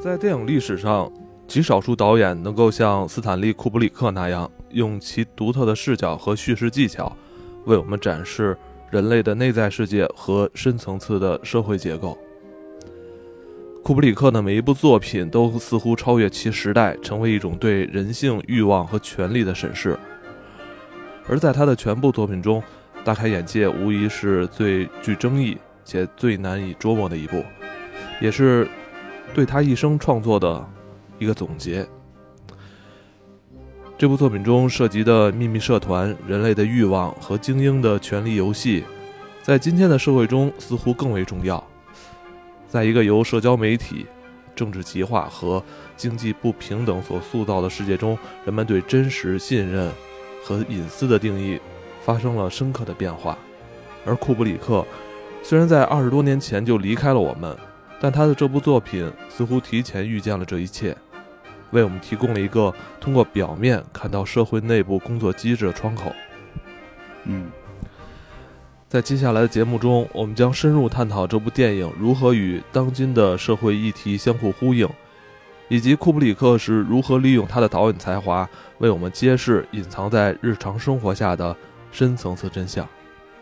在电影历史上，极少数导演能够像斯坦利·库布里克那样，用其独特的视角和叙事技巧，为我们展示人类的内在世界和深层次的社会结构。库布里克的每一部作品都似乎超越其时代，成为一种对人性欲望和权力的审视。而在他的全部作品中，大开眼界无疑是最具争议且最难以捉摸的一部，也是对他一生创作的一个总结。这部作品中涉及的秘密社团、人类的欲望和精英的权力游戏，在今天的社会中似乎更为重要。在一个由社交媒体、政治极化和经济不平等所塑造的世界中，人们对真实、信任和隐私的定义发生了深刻的变化。而库布里克虽然在20多年前就离开了我们，但他的这部作品似乎提前预见了这一切，为我们提供了一个通过表面看到社会内部工作机制的窗口。在接下来的节目中，我们将深入探讨这部电影如何与当今的社会议题相互呼应，以及库布里克是如何利用他的导演才华为我们揭示隐藏在日常生活下的深层次真相。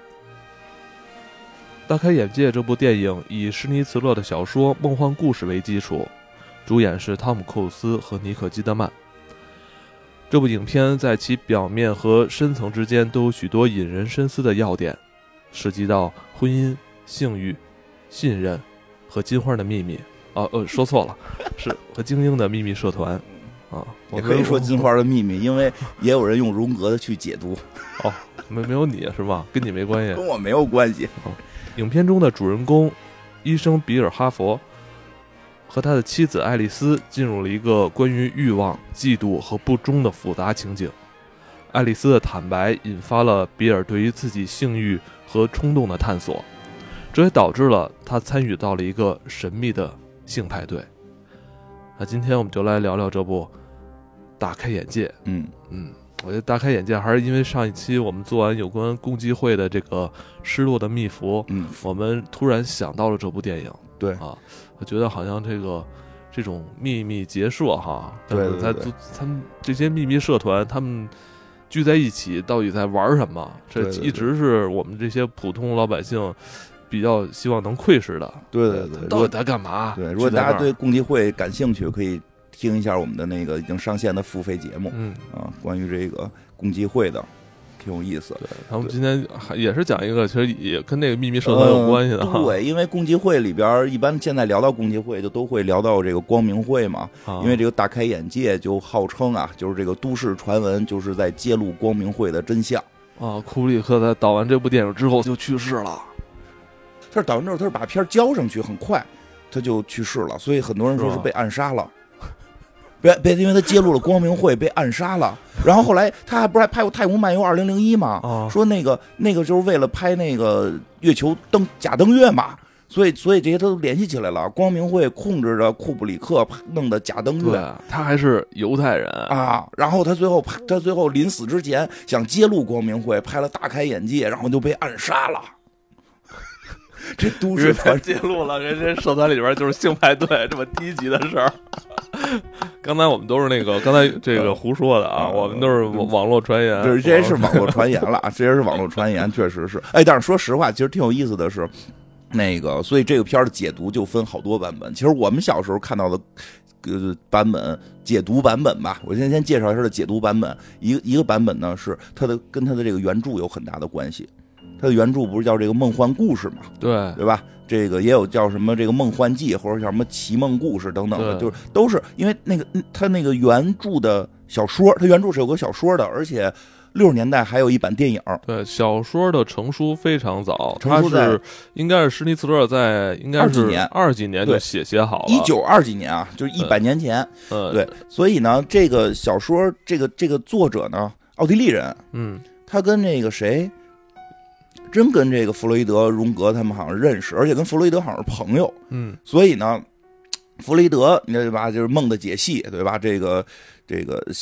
大开眼界这部电影以施尼茨勒的小说《梦幻故事》为基础，主演是汤姆·克鲁斯和尼可基德曼。这部影片在其表面和深层之间都有许多引人深思的要点，涉及到婚姻、性欲、信任和金花的秘密。说错了，是和精英的秘密社团。 也可以说金花的秘密，因为也有人用荣格的去解读。 没有你是吧？跟你没关系， 跟我没有关系。 影片中的主人公医生比尔·哈佛和他的妻子爱丽丝进入了一个关于欲望、嫉妒和不忠的复杂情景。爱丽丝的坦白引发了比尔对于自己性欲和冲动的探索，这也导致了他参与到了一个神秘的性派对。那今天我们就来聊聊这部大开眼界。我觉得大开眼界还是因为上一期我们做完有关共济会的这个失落的密符，我们突然想到了这部电影。 对我觉得好像这种秘密结社哈， 对， 他们这些秘密社团，他们聚在一起到底在玩什么？这一直是我们这些普通老百姓比较希望能窥视的。 对， 到底在干嘛？ 对，如果大家对共济会感兴趣，可以听一下我们的那个已经上线的付费节目。关于这个共济会的，挺有意思。 对，他们今天也是讲一个，其实也跟那个秘密社团有关系的。 对，因为共济会里边一般现在聊到共济会，就都会聊到这个光明会嘛。因为这个大开眼界就号称就是这个都市传闻，就是在揭露光明会的真相。 库布里克在导完这部电影之后就去世了。 他是导完之后，他是把片交上去，很快他就去世了，所以很多人说是被暗杀了。因为他揭露了光明会，被暗杀了。然后后来他还不是还拍过《太空漫游2001》吗？说那个就是为了拍那个月球假登月嘛，所以这些他都联系起来了。光明会控制着库布里克弄的假登月， 他还是犹太人然后他最后临死之前想揭露光明会，拍了大开眼界，然后就被暗杀了。这都市传揭露了人家社团里边就是性派对这么低级的事儿。刚才我们都是刚才这个胡说的我们都是网络传言。 这些是网络传言了这些是网络传言，确实是。但是说实话，其实挺有意思的是，所以这个片的解读就分好多版本。其实我们小时候看到的版本，解读版本吧，我先介绍一下的解读版本。一个版本呢是跟他的这个原著有很大的关系。他的原著不是叫这个梦幻故事嘛？对吧？这个也有叫什么这个梦幻记，或者叫什么奇梦故事等等的，就是都是因为他那个原著的小说，他原著是有个小说的，而且60年代还有一版电影。 对，小说的成书非常早，他是应该是施尼茨勒在应该是20几年就写好了 ，1920几年就是100年前。对，所以呢，这个小说这个作者呢，奥地利人，他跟那个谁。真跟这个弗洛伊德、荣格他们好像认识，而且跟弗洛伊德好像是朋友。所以呢，弗洛伊德对吧，就是梦的解析，对吧？这个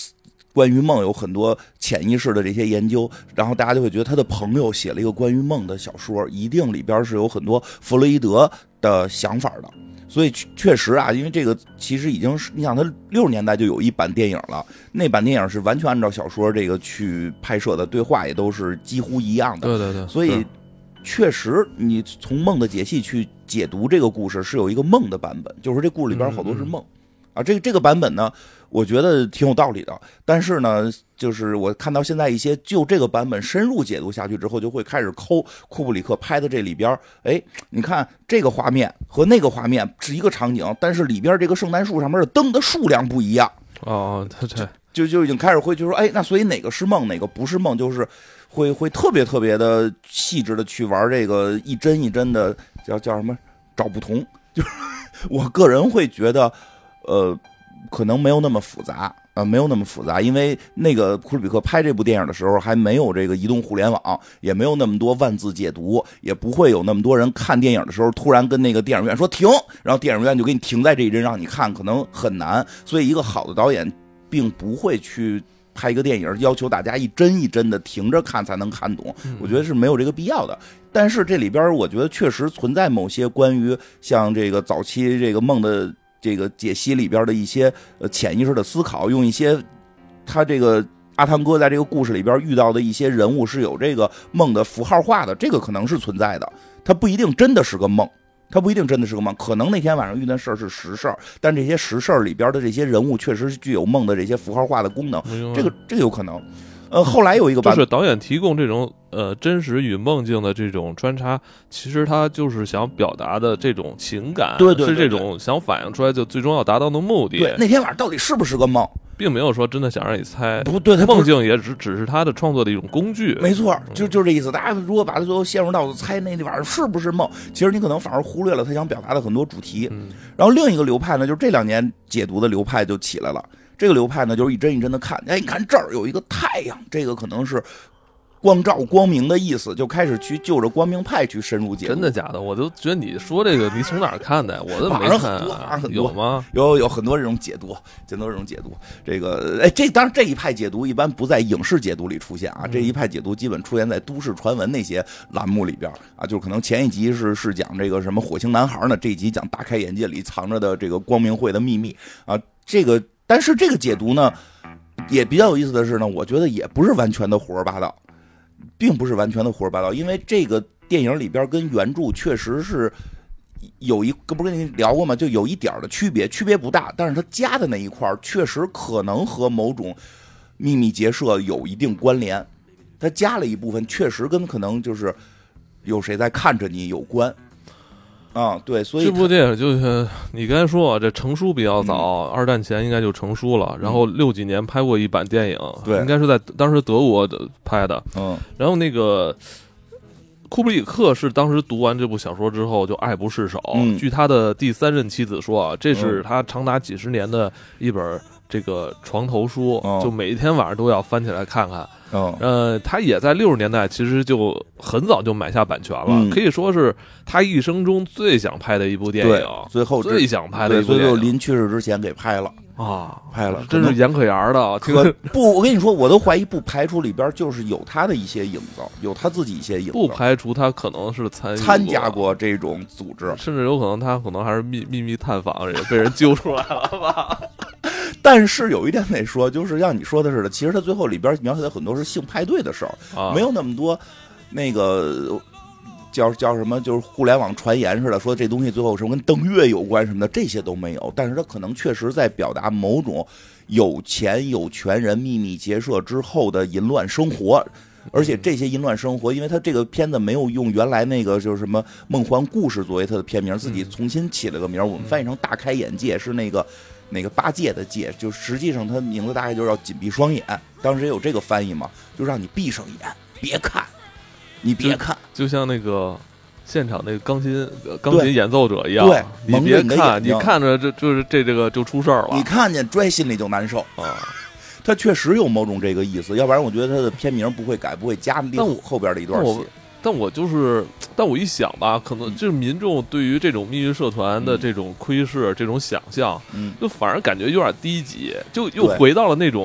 关于梦有很多潜意识的这些研究，然后大家就会觉得他的朋友写了一个关于梦的小说，一定里边是有很多弗洛伊德的想法的。所以确实啊，因为这个其实已经是，你想他60年代就有一版电影了，那版电影是完全按照小说这个去拍摄的，对话也都是几乎一样的。 对对对， 所以确实你从梦的解析去解读这个故事是有一个梦的版本，就是这故事里边好多是梦。啊，这个版本呢，我觉得挺有道理的。但是呢，就是我看到现在一些就这个版本深入解读下去之后，就会开始抠库布里克拍的这里边，哎，你看这个画面和那个画面是一个场景，但是里边这个圣诞树上面的灯的数量不一样。 哦，对， 就已经开始会就说，哎，那所以哪个是梦，哪个不是梦，就是会特别特别的细致的去玩这个一帧一帧的叫什么找不同。就是我个人会觉得。可能没有那么复杂没有那么复杂，因为那个库布里克拍这部电影的时候还没有这个移动互联网，也没有那么多万字解读，也不会有那么多人看电影的时候突然跟那个电影院说停，然后电影院就给你停在这一帧让你看，可能很难。所以一个好的导演并不会去拍一个电影要求大家一帧一帧的停着看才能看懂，我觉得是没有这个必要的。但是这里边我觉得确实存在某些关于像这个早期这个梦的这个解析里边的一些潜意识的思考，用一些他这个阿汤哥在这个故事里边遇到的一些人物是有这个梦的符号化的，这个可能是存在的，它不一定真的是个梦，它不一定真的是个梦，可能那天晚上遇到事儿是实事儿，但这些实事儿里边的这些人物确实是具有梦的这些符号化的功能，这个有可能。后来有一个版本， 就是导演提供这种真实与梦境的这种穿插，其实他就是想表达的这种情感， 对， 是这种想反映出来就最终要达到的目的。 对，那天晚上到底是不是个梦， 并没有说真的想让你猜。 不对， 梦境也只是他的创作的一种工具。 没错，就是这意思。大家如果把它最后陷入到猜那晚上是不是梦，其实你可能反而忽略了他想表达的很多主题。然后另一个流派呢，就是这2年解读的流派就起来了。这个流派呢，就是一帧一帧的看，哎，你看这儿有一个太阳，这个可能是光照光明的意思，就开始去就着光明派去深入解读。 真的假的？我都觉得你说这个，你从哪儿看的？我都没看。 网上有吗？ 有很多这种解读，这个哎，当然这一派解读一般不在影视解读里出现啊，这一派解读基本出现在都市传闻那些栏目里边啊，就可能前一集是讲这个什么火星男孩呢，这一集讲大开眼界里藏着的这个光明会的秘密啊，这个。但是这个解读呢，也比较有意思的是呢，我觉得也不是完全的胡说八道，并不是完全的胡说八道，因为这个电影里边跟原著确实是有一个，不是跟你聊过吗？就有一点的区别不大，但是它加的那一块确实可能和某种秘密结社有一定关联，它加了一部分，确实跟可能就是有谁在看着你有关。啊，对，所以这部电影就是你刚才说这成书比较早，2战前应该就成书了，然后60几年拍过一版电影， 对， 应该是在当时德国拍的，然后那个库布里克是当时读完这部小说之后就爱不释手，据他的第3任妻子说啊，这是他长达几十年的一本这个床头书，就每一天晚上都要翻起来看看。他也在60年代其实就很早就买下版权了，可以说是他一生中最想拍的一部电影， 最后最想拍的一部电影， 最后临去世之前给拍了啊， 拍了， 真是严可言的。 不，我跟你说，我都怀疑不排除里边就是有他的一些影子，有他自己一些影子， 不排除他可能是参加过这种组织， 甚至有可能他可能还是秘密探访，也被人揪出来了吧。 但是有一点得说，就是像你说的似的，其实他最后里边描写的很多是性派对的事儿，没有那么多那个叫什么，就是互联网传言似的，说这东西最后什么跟登月有关什么的，这些都没有。但是他可能确实在表达某种有钱有权人秘密结社之后的淫乱生活。而且这些淫乱生活，因为他这个片子没有用原来那个就是什么梦幻故事作为他的片名，自己重新起了个名，我们翻译成大开眼界，是那个八戒的戒，就实际上他名字大概就是要紧闭双眼，当时也有这个翻译嘛，就让你闭上眼别看，你别看， 就像那个现场那个钢琴演奏者一样， 对， 你别看，你看着这个就出事儿了， 你看见拽心里就难受啊。他确实有某种这个意思，要不然我觉得他的片名不会改，不会加后边的一段戏。 但我一想吧，可能就是民众对于这种秘密社团的这种窥视、这种想象，就反而感觉有点低级，就又回到了那种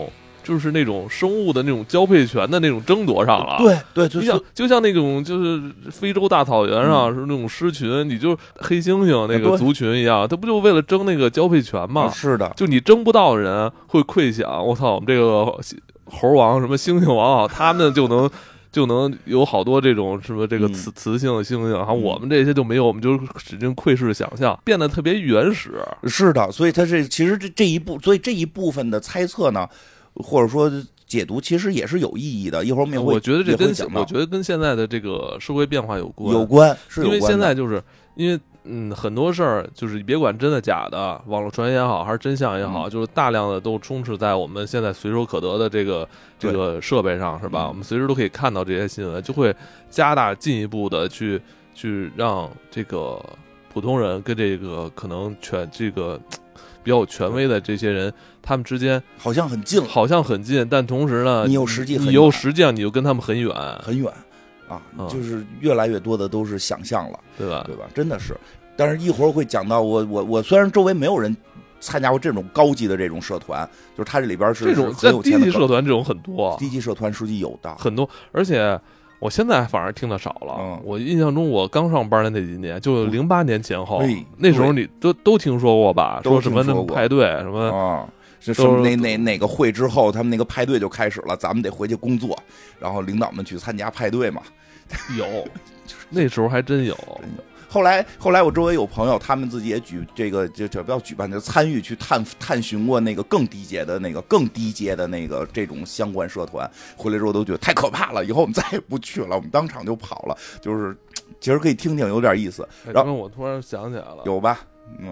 就是那种生物的那种交配权的那种争夺上了。 对， 就像那种就是非洲大草原上是那种狮群，你就黑猩猩那个族群一样，它不就为了争那个交配权吗？ 是的， 就你争不到的人会窥想，我操，我们这个猴王什么猩猩王啊，他们就能有好多这种什么这个雌性的猩猩，哈，我们这些就没有，我们就使劲窥视想象，变得特别原始。 是的，所以它其实所以这一部分的猜测呢，或者说解读，其实也是有意义的。一会儿我们也会， 我觉得跟现在的这个社会变化有关， 是有关的。 因为现在就是因为很多事儿就是你别管真的假的，网络传言也好，还是真相也好，就是大量的都充斥在我们现在随手可得的这个设备上，是吧？我们随时都可以看到这些新闻，就会加大进一步的去让这个普通人跟这个可能这个比较有权威的这些人，他们之间好像很近， 但同时呢， 你又实际上你又跟他们很远啊，就是越来越多的都是想象了， 对吧？ 真的是。但是一会儿会讲到我虽然周围没有人参加过这种高级的这种社团，就是他这里边是这种在低级社团这种很多， 低级社团实际有的很多，而且我现在反而听得少了。我印象中我刚上班的那几年，就08年前后，那时候你都听说过吧？说什么那派对什么啊。是哪个会之后，他们那个派对就开始了，咱们得回去工作，然后领导们去参加派对嘛。 有，那时候还真有。 后来我周围有朋友，他们自己也就不要举办，就参与去探寻过那个更低阶的那个这种相关社团，回来之后都觉得太可怕了，以后我们再也不去了，我们当场就跑了。就是其实可以听听，有点意思。然后我突然想起来了， 有吧？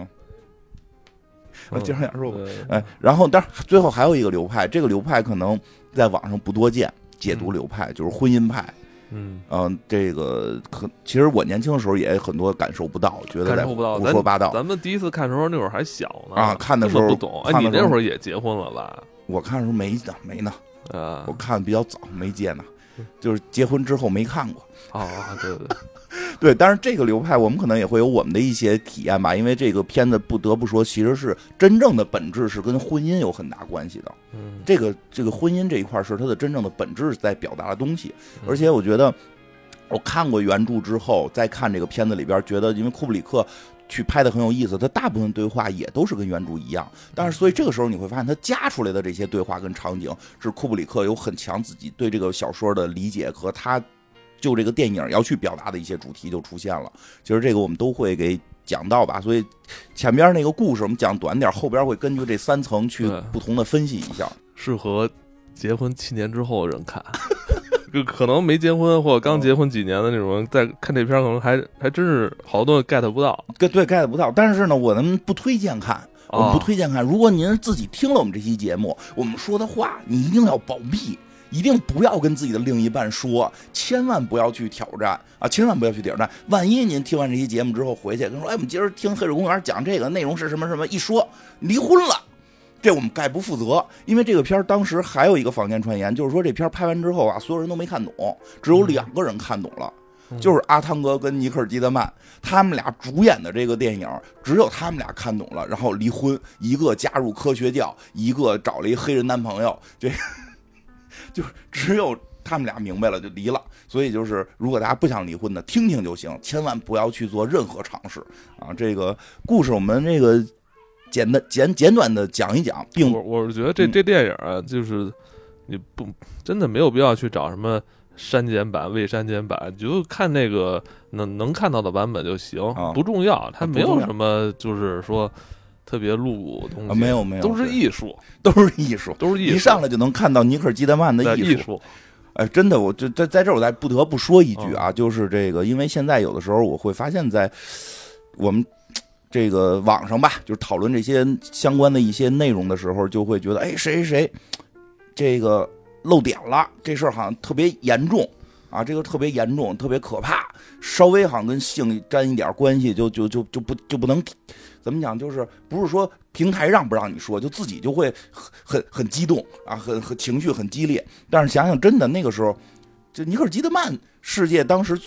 我经常想说，然后但是最后还有一个流派，这个流派可能在网上不多见，解读流派就是婚姻派。这个其实我年轻的时候也很多感受不到，觉得在胡说八道。 咱们第一次看的时候那会儿还小呢啊，看的时候不懂。你那会儿也结婚了吧？ 我看的时候没呢，我看的比较早，没结呢，就是结婚之后没看过。 对。 对，但是这个流派我们可能也会有我们的一些体验吧，因为这个片子不得不说，其实是真正的本质是跟婚姻有很大关系的。这个婚姻这一块是它的真正的本质在表达的东西，而且我觉得我看过原著之后再看这个片子里边，觉得因为库布里克去拍的很有意思，他大部分对话也都是跟原著一样，但是所以这个时候你会发现他加出来的这些对话跟场景是库布里克有很强自己对这个小说的理解和他就这个电影要去表达的一些主题就出现了。其实这个我们都会给讲到吧，所以前边那个故事我们讲短点，后边会根据这3层去不同的分析一下， 适合结婚7年之后的人看。可能没结婚或者刚结婚几年的那种人，在看这片可能还真是好多 get 不到。 对 get 不到，但是呢，我们不推荐看。我们不推荐看。如果您自己听了我们这期节目，我们说的话，你一定要保密。一定不要跟自己的另一半说，千万不要去挑战啊！千万不要去挑战。万一您听完这期节目之后回去跟说，我们今儿听黑水公园讲这个内容是什么什么，一说离婚了，这我们概不负责。因为这个片当时还有一个坊间传言，就是说这片拍完之后啊，所有人都没看懂，只有2个人看懂了。就是阿汤哥跟尼克尔基德曼，他们俩主演的这个电影，只有他们俩看懂了，然后离婚，一个加入科学教，一个找了一黑人男朋友，就只有他们俩明白了就离了。所以就是如果大家不想离婚的，听听就行，千万不要去做任何尝试啊。这个故事我们这个简短的讲一讲，并我是觉得这电影啊，就是你不真的没有必要去找什么删减版、未删减版，就看那个能看到的版本就行，不重要。它没有什么就是说特别露骨的东西， 没有， 都是艺术， 一上来就能看到尼克尔基德曼的艺术。哎，真的，我就在这儿我再不得不说一句啊，就是这个，因为现在有的时候我会发现，在我们这个网上吧，就是讨论这些相关的一些内容的时候，就会觉得，哎，谁这个漏点了，这事儿好像特别严重啊，这个特别严重，特别可怕，稍微好像跟性沾一点关系就不能。怎么讲？就是不是说平台让不让你说，就自己就会很激动啊，很情绪很激烈。但是想想真的那个时候，就尼克尔基德曼世界当时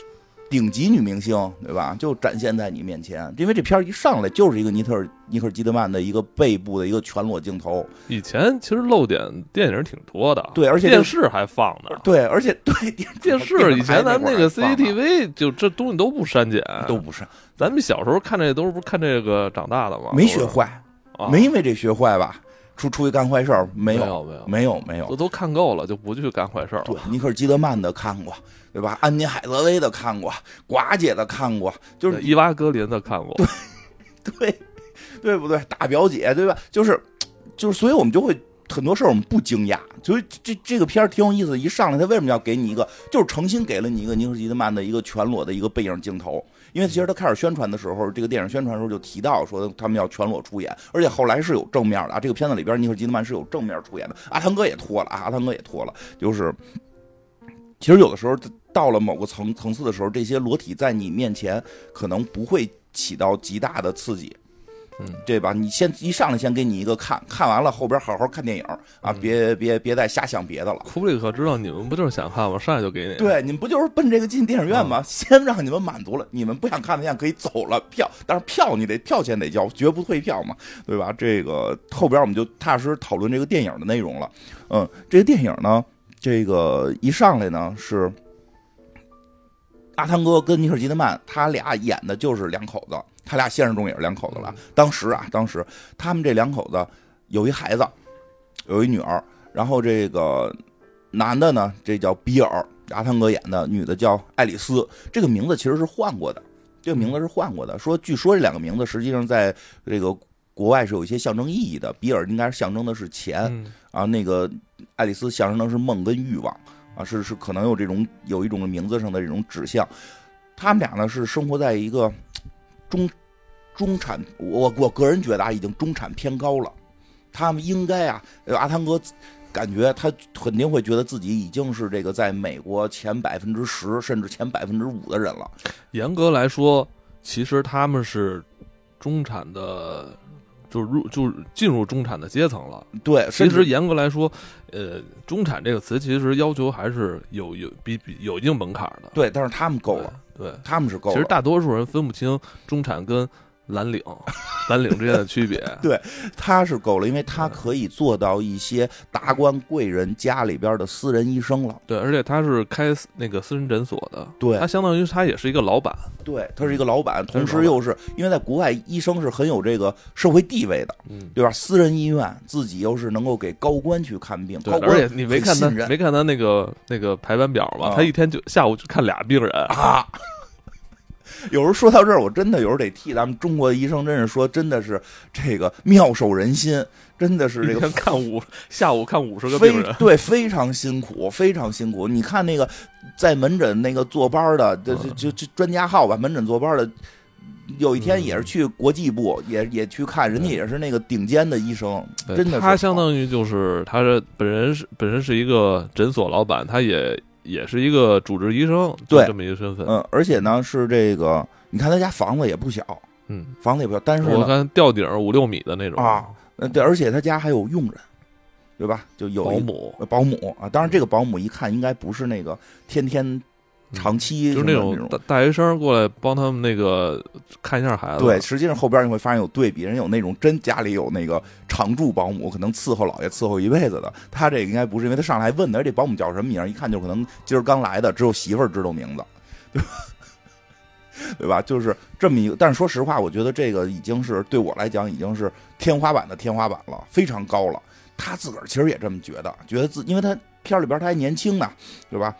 顶级女明星，对吧？就展现在你面前，因为这片一上来就是一个尼克尔基德曼的一个背部的一个全裸镜头。 以前其实露点电影挺多的， 对，而且电视还放呢。 对，而且对电视以前咱们那个 CCTV 就这东西都不删减， 都不删。 咱们小时候看这都是不是看这个长大的吗？ 没学坏，没因为这学坏吧？出去干坏事儿没有， 都看够了，就不去干坏事儿了。 对，尼克尔基德曼的看过，对吧？安妮海瑟薇的看过，寡姐的看过，就是伊娃格林的看过， 对不对？大表姐，对吧？就是，所以我们就会很多事儿我们不惊讶，所以这个片儿挺有意思。一上来他为什么要给你一个，就是诚心给了你一个尼克尔基德曼的一个全裸的一个背影镜头。因为其实他开始宣传的时候，这个电影宣传的时候就提到说他们要全裸出演，而且后来是有正面的啊。这个片子里边尼克基德曼是有正面出演的，阿汤哥也脱了，就是其实有的时候到了某个层次的时候，这些裸体在你面前可能不会起到极大的刺激。对吧？你一上来先给你一个看完了，后边好好看电影啊，别再瞎想别的了。 库布里克知道你们不就是想看吗？上来就给你。 对，你们不就是奔这个进电影院吗？先让你们满足了，你们不想看的现在可以走了，但是票你得票钱得交，绝不退票嘛，对吧？这个后边我们就踏实讨论这个电影的内容了。这个电影呢，这个一上来呢是阿汤哥跟尼克基德曼他俩演的就是两口子。他俩现实中也是两口子了。当时他们这两口子有一孩子，有一女儿。然后这个男的呢，这叫比尔，阿汤哥演的；女的叫爱丽丝。这个名字其实是换过的，据说这两个名字实际上在这个国外是有一些象征意义的。比尔应该是象征的是钱啊，那个爱丽丝象征的是梦跟欲望啊，是可能有一种名字上的这种指向。他们俩呢是生活在一个中产，我个人觉得已经中产偏高了。他们应该阿汤哥感觉他肯定会觉得自己已经是这个在美国前10%甚至前5%的人了。 严格来说，其实他们是中产的，就是进入中产的阶层了。 对， 其实严格来说，中产这个词其实要求还是有一定门槛的。 对，但是他们够了。对，他们是够了。 其实大多数人分不清中产跟蓝领之间的区别。 对，他是够了，因为他可以做到一些达官贵人家里边的私人医生了。 对，而且他是开那个私人诊所的。 对， 他相当于他也是一个老板。 对，他是一个老板，同时又是因为在国外医生是很有这个社会地位的，对吧？私人医院自己又是能够给高官去看病，高官而且你没看他那个排班表吗？他一天下午就看俩病人啊。有时候说到这儿，我真的有时候得替咱们中国的医生，真的是这个妙手仁心，真的是这个下午看50个病人， 对，非常辛苦，非常辛苦。你看那个在门诊那个坐班的，就专家号吧，门诊坐班的，有一天也是去国际部，也去看，人家也是那个顶尖的医生，真的是。 他相当于就是他本身是一个诊所老板，他也是一个主治医生， 对， 这么一个身份。 而且呢是这个，你看他家房子也不小，房子也不小，但是呢， 我看吊顶5-6米的那种啊，对，而且他家还有佣人，对吧？就有保姆啊，当然这个保姆一看应该不是那个天天长期就是那种大学生过来帮他们那个看一下孩子。 对，实际上后边你会发现有对比，人有那种真家里有那个常驻保姆，可能伺候老爷伺候一辈子的。他这个应该不是，因为他上来还问他这保姆叫什么名，一看就可能今儿刚来的，只有媳妇儿知道名字，对吧？对吧？就是这么一个。但是说实话，我觉得这个已经是对我来讲已经是天花板的天花板了，非常高了。他自个儿其实也这么觉得因为他片里边他还年轻呢，对吧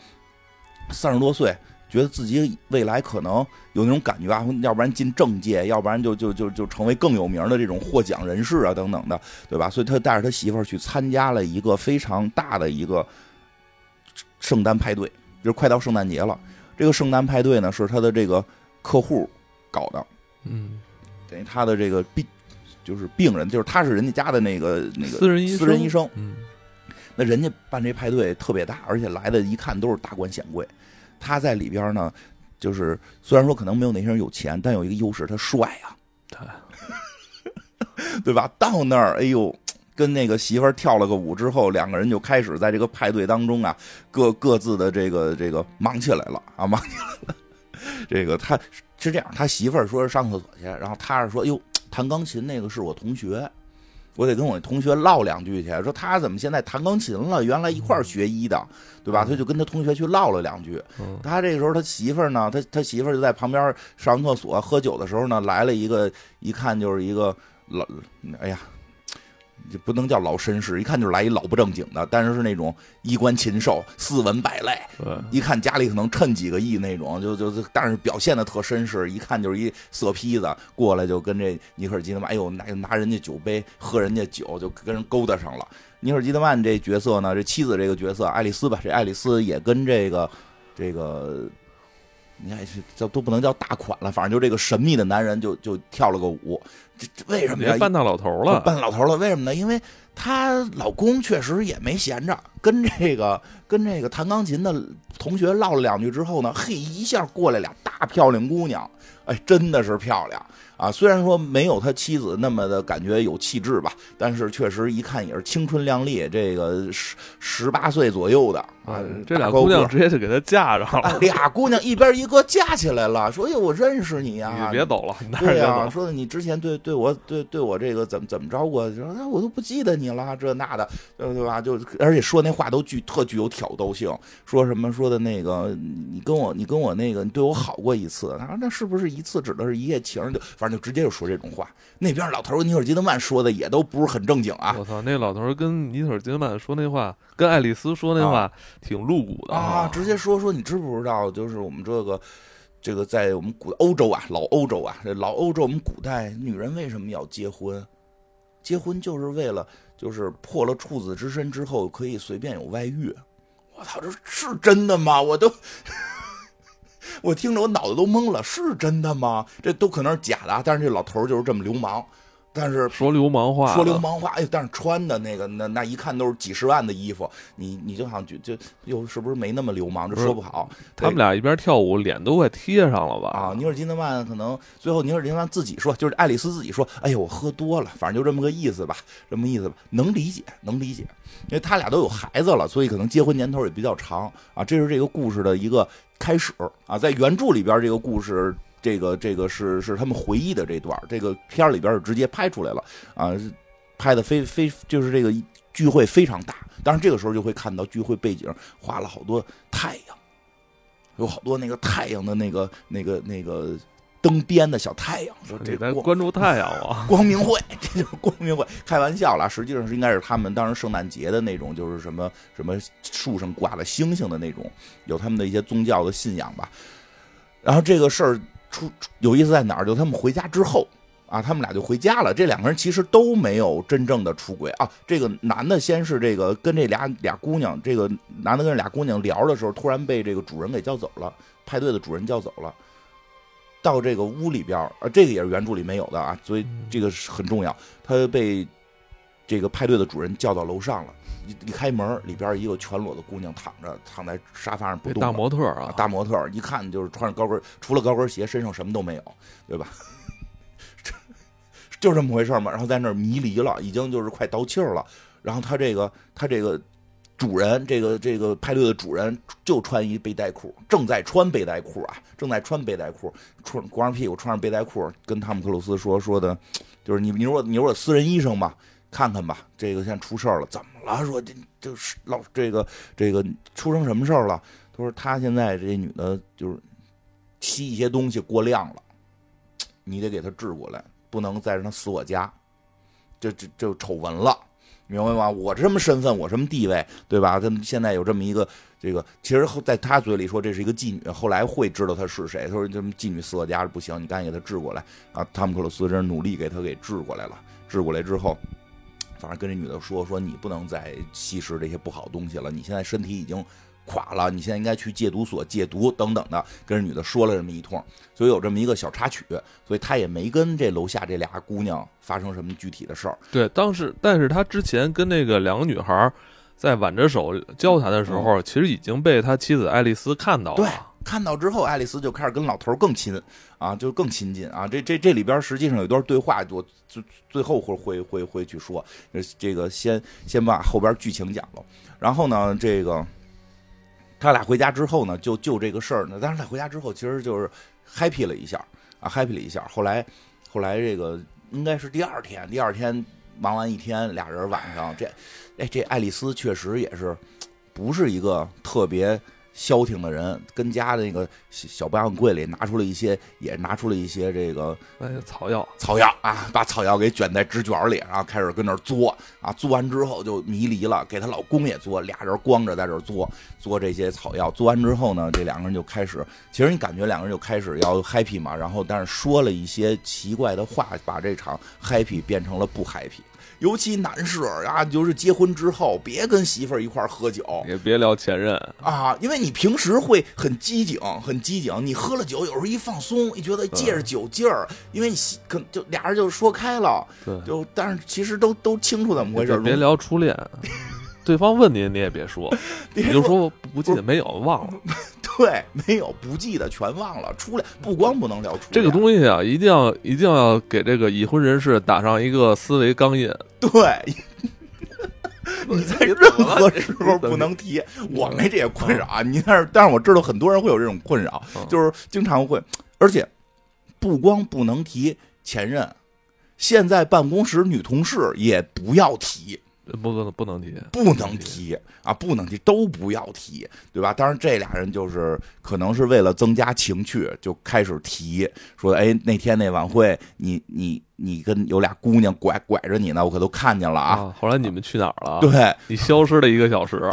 ？30多岁，觉得自己未来可能有那种感觉啊，要不然进政界，要不然就成为更有名的这种获奖人士啊等等的，对吧？所以他带着他媳妇儿去参加了一个非常大的一个圣诞派对，就是快到圣诞节了。这个圣诞派对呢是他的这个客户搞的，等于他的这个病人，就是他是人家家的那个私人医生， 那人家办这派对特别大，而且来的一看都是大官显贵。他在里边呢，就是虽然说可能没有那些人有钱，但有一个优势，他帅啊，对吧？到那儿，哎呦，跟那个媳妇儿跳了个舞之后，两个人就开始在这个派对当中啊，各自的这个忙起来了啊，忙起来了。 这个他是这样，他媳妇儿说是上厕所去，然后他是说哟，弹钢琴那个是我同学。我得跟我同学唠两句去，说他怎么现在弹钢琴了？原来一块儿学医的，对吧？他就跟他同学去唠了两句。他这个时候他媳妇儿呢，他媳妇儿就在旁边上厕所喝酒的时候呢，来了一个，一看就是一个老，哎呀，这不能叫老绅士，一看就是来一老不正经的，但是是那种衣冠禽兽、斯文败类，一看家里可能趁几个亿那种，但是表现的特绅士，一看就是一色坯子，过来就跟这尼可尔基德曼，哎呦拿人家酒杯喝人家酒，就跟人勾搭上了。尼可尔基德曼这角色呢，这妻子这个角色爱丽丝吧，这爱丽丝也跟这个。你看，这都不能叫大款了，反正就这个神秘的男人就跳了个舞，这为什么呀？ 扮大老头了， 扮老头了，为什么呢？因为她老公确实也没闲着，跟这个弹钢琴的同学唠了两句之后呢，嘿，一下过来俩大漂亮姑娘，哎，真的是漂亮啊！虽然说没有他妻子那么的感觉有气质吧，但是确实一看也是青春靓丽，这个18岁左右的啊。 这俩姑娘直接就给他架上了， 俩姑娘一边一个架起来了，说：“哎，我认识你呀！ 你别走了， 对呀，说你之前对我这个怎么着过？说我都不记得你了，这那的，对吧？就而且说那话都特具有挑逗性，说什么说的那个你跟我那个你对我好过一次，他说那是不是一次指的是一夜情？就反正就直接就说这种话。那边老头尼可基德曼说的也都不是很正经啊。 我操，那老头跟尼可基德曼说那话，跟爱丽丝说那话挺露骨的啊，直接说你知不知道？就是我们这个在我们欧洲啊，老欧洲啊，我们古代女人为什么要结婚？结婚就是为了就是破了处子之身之后可以随便有外遇。我操，这是真的吗？我听着我脑子都懵了，是真的吗？这都可能是假的啊！但是这老头就是这么流氓，但是说流氓话， 哎，但是穿的那个那一看都是几十万的衣服，你就好像就又是不是没那么流氓，这说不好。 他们俩一边跳舞，脸都快贴上了吧？ 啊，尼可基德曼可能最后尼可基德曼自己说，就是爱丽丝自己说，哎呀，我喝多了，反正就这么个意思吧，能理解，因为他俩都有孩子了，所以可能结婚年头也比较长啊。这是这个故事的一个开始啊，在原著里边这个故事。这个是他们回忆的这段，这个片里边是直接拍出来了啊，拍的就是这个聚会非常大，当然这个时候就会看到聚会背景画了好多太阳，有好多那个太阳的那个灯边的小太阳，说这在关注太阳啊， 光明会，这就是光明会，开玩笑了，实际上应该是他们当时圣诞节的那种，就是什么树上挂了星星的那种，有他们的一些宗教的信仰吧。然后这个事儿有意思在哪儿？就他们回家之后啊，他们俩就回家了。这两个人其实都没有真正的出轨啊。这个男的先是这个跟这俩姑娘，这个男的跟俩姑娘聊的时候，突然被这个主人给叫走了，派对的主人叫走了。到这个屋里边这个也是原著里没有的啊，所以这个很重要。他被这个派对的主人叫到楼上了。一开门，里边一个全裸的姑娘躺在沙发上不动。 大模特啊， 大模特，一看就是穿着高跟，除了高跟鞋，身上什么都没有，对吧？就这么回事嘛。然后在那儿迷离了，已经就是快倒气儿了。然后他这个主人，这个派对的主人就穿一背带裤，正在穿背带裤，光着屁股穿上背带裤，跟汤姆克鲁斯说的，就是你说我私人医生吧。看看吧，这个现在出事儿了，怎么了？说就是这个出生什么事儿了？他说他现在这女的就是吸一些东西过量了，你得给她治过来，不能再让她死我家，这丑闻了，明白吗？我什么身份，我什么地位，对吧？现在有这么一个这个，其实在他嘴里说这是一个妓女，后来会知道她是谁。他说这么妓女死我家不行，你赶紧给她治过来啊！汤姆克鲁斯真是努力给她给治过来了，治过来之后。反正跟这女的说你不能再吸食这些不好的东西了，你现在身体已经垮了，你现在应该去戒毒所戒毒等等的，跟这女的说了这么一通，所以有这么一个小插曲，所以他也没跟这楼下这俩姑娘发生什么具体的事儿。 对，但是他之前跟那个两个女孩在挽着手交谈的时候，其实已经被他妻子爱丽丝看到了。 对，看到之后，爱丽丝就开始跟老头更亲啊，就更亲近啊。这里边实际上有一段对话，我最后会去说，这个先把后边剧情讲了。然后呢，这个他俩回家之后呢，就这个事儿呢，但是他回家之后其实就是 happy 了一下啊 ，happy 了一下。后来这个应该是第二天忙完一天，俩人晚上这爱丽丝确实也是不是一个特别消停的人，跟家的那个小保养柜里拿出了一些这个草药啊，把草药给卷在纸卷里，然后开始跟那儿嘬啊，嘬完之后就迷离了，给她老公也嘬，俩人光着在这儿嘬这些草药，嘬完之后呢，这两个人就开始，其实你感觉两个人就开始要 happy 嘛，然后但是说了一些奇怪的话，把这场 happy 变成了不 happy。尤其男士啊，就是结婚之后别跟媳妇儿一块儿喝酒， 也别聊前任啊，因为你平时会很机警，你喝了酒，有时候一放松，一觉得借着酒劲儿，因为你就俩人就说开了，就但是其实都清楚怎么回事。 别聊初恋，对方问你也别说，你就说不记得没有忘了。 对，没有不记得全忘了。初恋不光不能聊初恋， 这个东西啊，一定要给这个已婚人士打上一个思维钢印。 对，你在任何时候不能提。我没这些困扰啊，但是我知道很多人会有这种困扰，就是经常会，而且不光不能提前任，现在办公室女同事也不要提。 不能提啊，不能提，都不要提，对吧？当然，这俩人就是可能是为了增加情趣，就开始提说，哎，那天那晚会，你跟有俩姑娘拐着你呢，我可都看见了啊。 后来你们去哪儿了？ 对， 你消失了1个小时。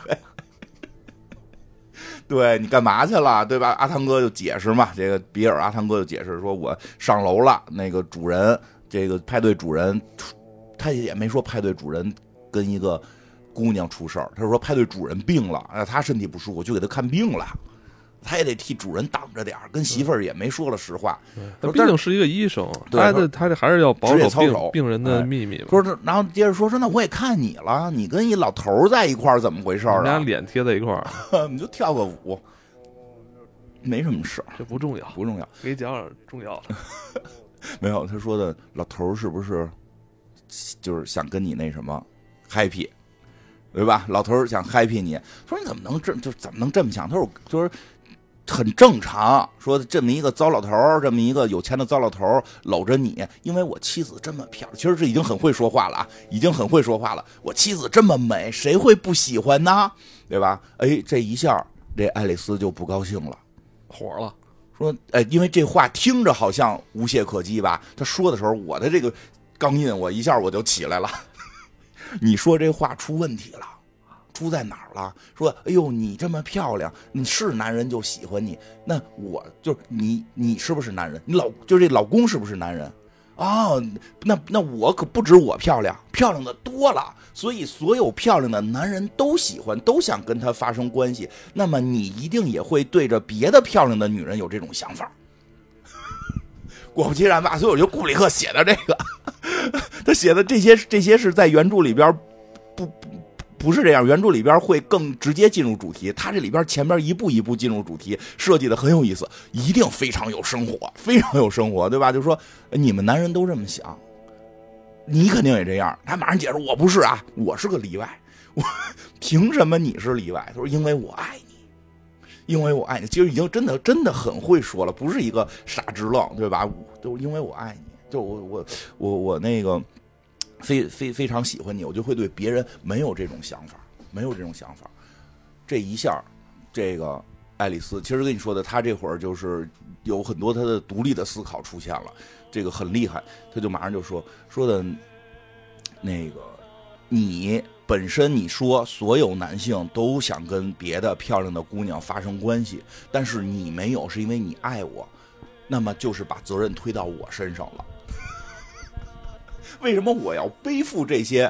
对，你干嘛去了？对吧？阿汤哥就解释嘛，这个比尔阿汤哥就解释说，我上楼了，那个主人，这个派对主人，他也没说派对主人跟一个姑娘出事儿，他说派对主人病了，他身体不舒服，就给他看病了，他也得替主人挡着点儿，跟媳妇儿也没说了实话。 他毕竟是一个医生，他还是要保守病人的秘密嘛。 说，然后接着说，那我也看你了，你跟一老头在一块儿，怎么回事啊？ 你俩脸贴在一块儿， 你就跳个舞，没什么事儿， 这不重要，给你讲讲重要的。 没有，他说的老头是不是就是想跟你那什么 happy， 对吧？老头想 happy 你，说你怎么能这么想？他说就是很正常，说这么一个糟老头，这么一个有钱的糟老头搂着你，因为我妻子这么漂亮，其实这已经很会说话了啊，已经很会说话了。我妻子这么美，谁会不喜欢呢？对吧？哎，这一下这爱丽丝就不高兴了， 火了。 说，哎，因为这话听着好像无懈可击吧？他说的时候，我的这个钢印，我一下我就起来了。你说这话出问题了，出在哪儿了？说，哎呦，你这么漂亮，你是男人就喜欢你，那我就是你是不是男人？就这老公是不是男人？哦，那我可不止我漂亮，漂亮的多了，所以所有漂亮的男人都喜欢，都想跟她发生关系。那么你一定也会对着别的漂亮的女人有这种想法。果不其然吧，所以我觉得库里克写的这个，他写的这些是在原著里边不是这样，原著里边会更直接进入主题，他这里边前边一步一步进入主题，设计的很有意思，一定非常有生活，非常有生活，对吧？就说你们男人都这么想，你肯定也这样。他马上解释，我不是啊，我是个例外，我凭什么你是例外？他说因为我爱你，因为我爱你。其实已经真的很会说了，不是一个傻直愣，对吧？就因为我爱你，就我那个。非常喜欢你，我就会对别人没有这种想法。这一下，这个爱丽丝，其实跟你说的，她这会儿就是有很多她的独立的思考出现了，这个很厉害。她就马上就说的，那个你本身你说所有男性都想跟别的漂亮的姑娘发生关系，但是你没有，是因为你爱我，那么就是把责任推到我身上了。为什么我要背负这些？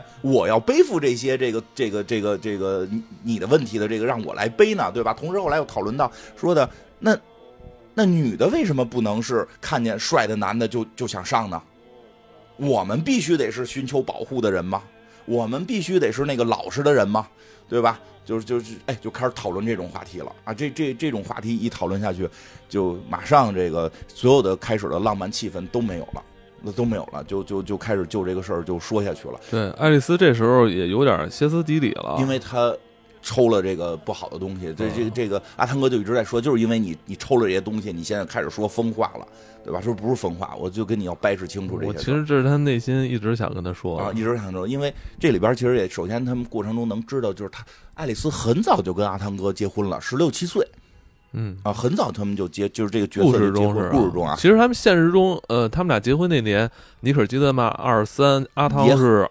这个你的问题的这个让我来背呢，对吧？同时后来又讨论到说的，那女的为什么不能是看见帅的男的就想上呢？我们必须得是寻求保护的人吗？我们必须得是那个老实的人吗？对吧？就开始讨论这种话题了啊！这种话题一讨论下去，就马上这个所有的开始的浪漫气氛都没有了。就开始就这个事儿就说下去了。 对，爱丽丝这时候也有点歇斯底里了， 因为她抽了这个不好的东西。这个阿汤哥就一直在说，就是因为你抽了这些东西，你现在开始说疯话了，对吧？说不是疯话，我就跟你要掰扯清楚这些。 我其实这是他内心一直想跟他说啊，一直想说，因为这里边其实也首先他们过程中能知道，就是爱丽丝很早就跟阿汤哥结婚了，16、17岁。很早他们就就是这个角色就结婚。故事中啊， 其实他们现实中，他们俩结婚那年，尼可基德曼23，阿汤是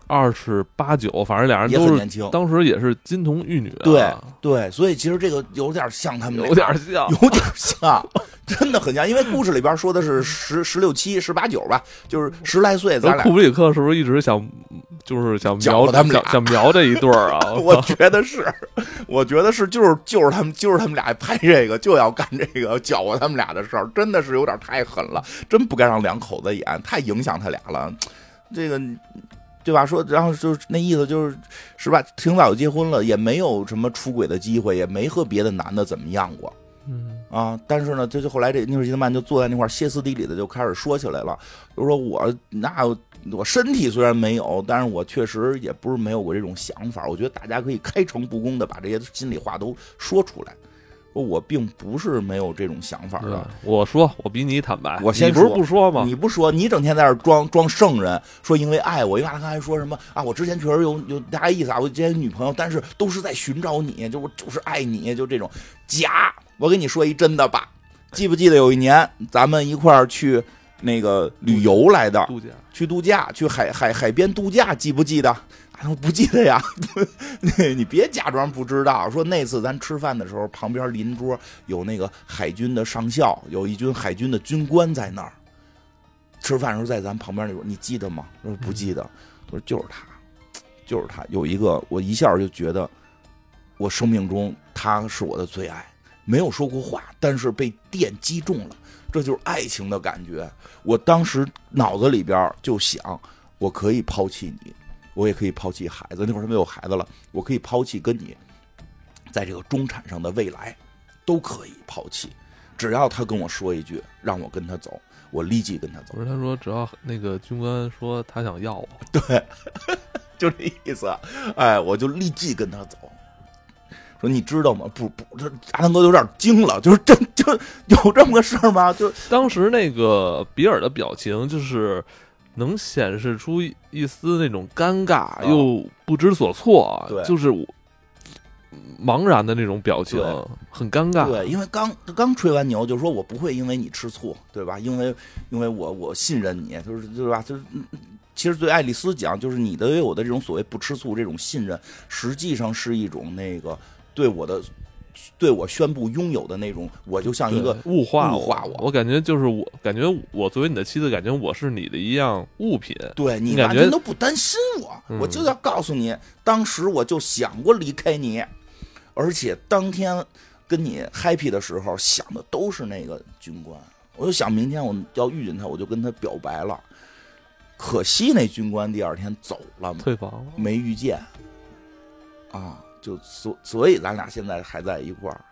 28、9，反正俩人都是年轻， 当时也是金童玉女啊。 对，所以其实这个有点像他们俩， 有点像， 真的很像。因为故事里边说的是16、7、18、9吧，就是10来岁，咱俩。 库布里克是不是一直想瞄他们俩， 想瞄这一对儿啊？ 我觉得是，就是他们俩拍这个就要干这个搅和他们俩的事儿，真的是有点太狠了，真不该让两口子演，太影响他俩了。这个对吧？说，然后就是那意思是吧？挺早就结婚了，也没有什么出轨的机会，也没和别的男的怎么样过。但是呢，就后来这尼可基德曼就坐在那块歇斯底里的就开始说起来了，就说我身体虽然没有，但是我确实也不是没有过这种想法。我觉得大家可以开诚布公的把这些心里话都说出来。我并不是没有这种想法的。 我说，我比你坦白。 我先说，你不是不说吗？ 你不说，你整天在这装圣人，说因为爱我，因为他刚才说什么啊？我之前确实有大概意思啊，我之前有女朋友，但是都是在寻找你，我就是爱你，就这种假。我跟你说一真的吧，记不记得有一年咱们一块儿去那个旅游来的，去度假，去海边度假，记不记得？不记得呀，你别假装不知道。说那次咱吃饭的时候，旁边邻桌有那个海军的上校，有一军海军的军官在那儿吃饭的时候，在咱旁边那桌，你记得吗？我说不记得。我说就是他，有一个我一下就觉得我生命中他是我的最爱，没有说过话，但是被电击中了，这就是爱情的感觉。我当时脑子里边就想，我可以抛弃你。我也可以抛弃孩子，那会儿他没有孩子了，我可以抛弃跟你在这个中产上的未来，都可以抛弃，只要他跟我说一句让我跟他走，我立即跟他走。 不是，他说只要那个军官说他想要我， 对，就这意思。哎，我就立即跟他走。说你知道吗？不，这阿汤哥有点惊了，就有这么个事儿吗？就当时那个比尔的表情就是能显示出一丝那种尴尬又不知所措，就是茫然的那种表情，很尴尬。 对，因为刚吹完牛，就说我不会因为你吃醋，对吧？因为我信任你，就是对吧？就是其实对爱丽丝讲，就是你对我的这种所谓不吃醋这种信任，实际上是一种那个对我宣布拥有的那种，我就像一个物化我感觉就是感觉我作为你的妻子，感觉我是你的一样物品。 对，你完全都不担心我就要告诉你，当时我就想过离开你，而且当天跟你 happy 的时候想的都是那个军官，我就想明天我要遇见他，我就跟他表白了。可惜那军官第二天走了， 退房了， 没遇见啊。所以咱俩现在还在一块儿。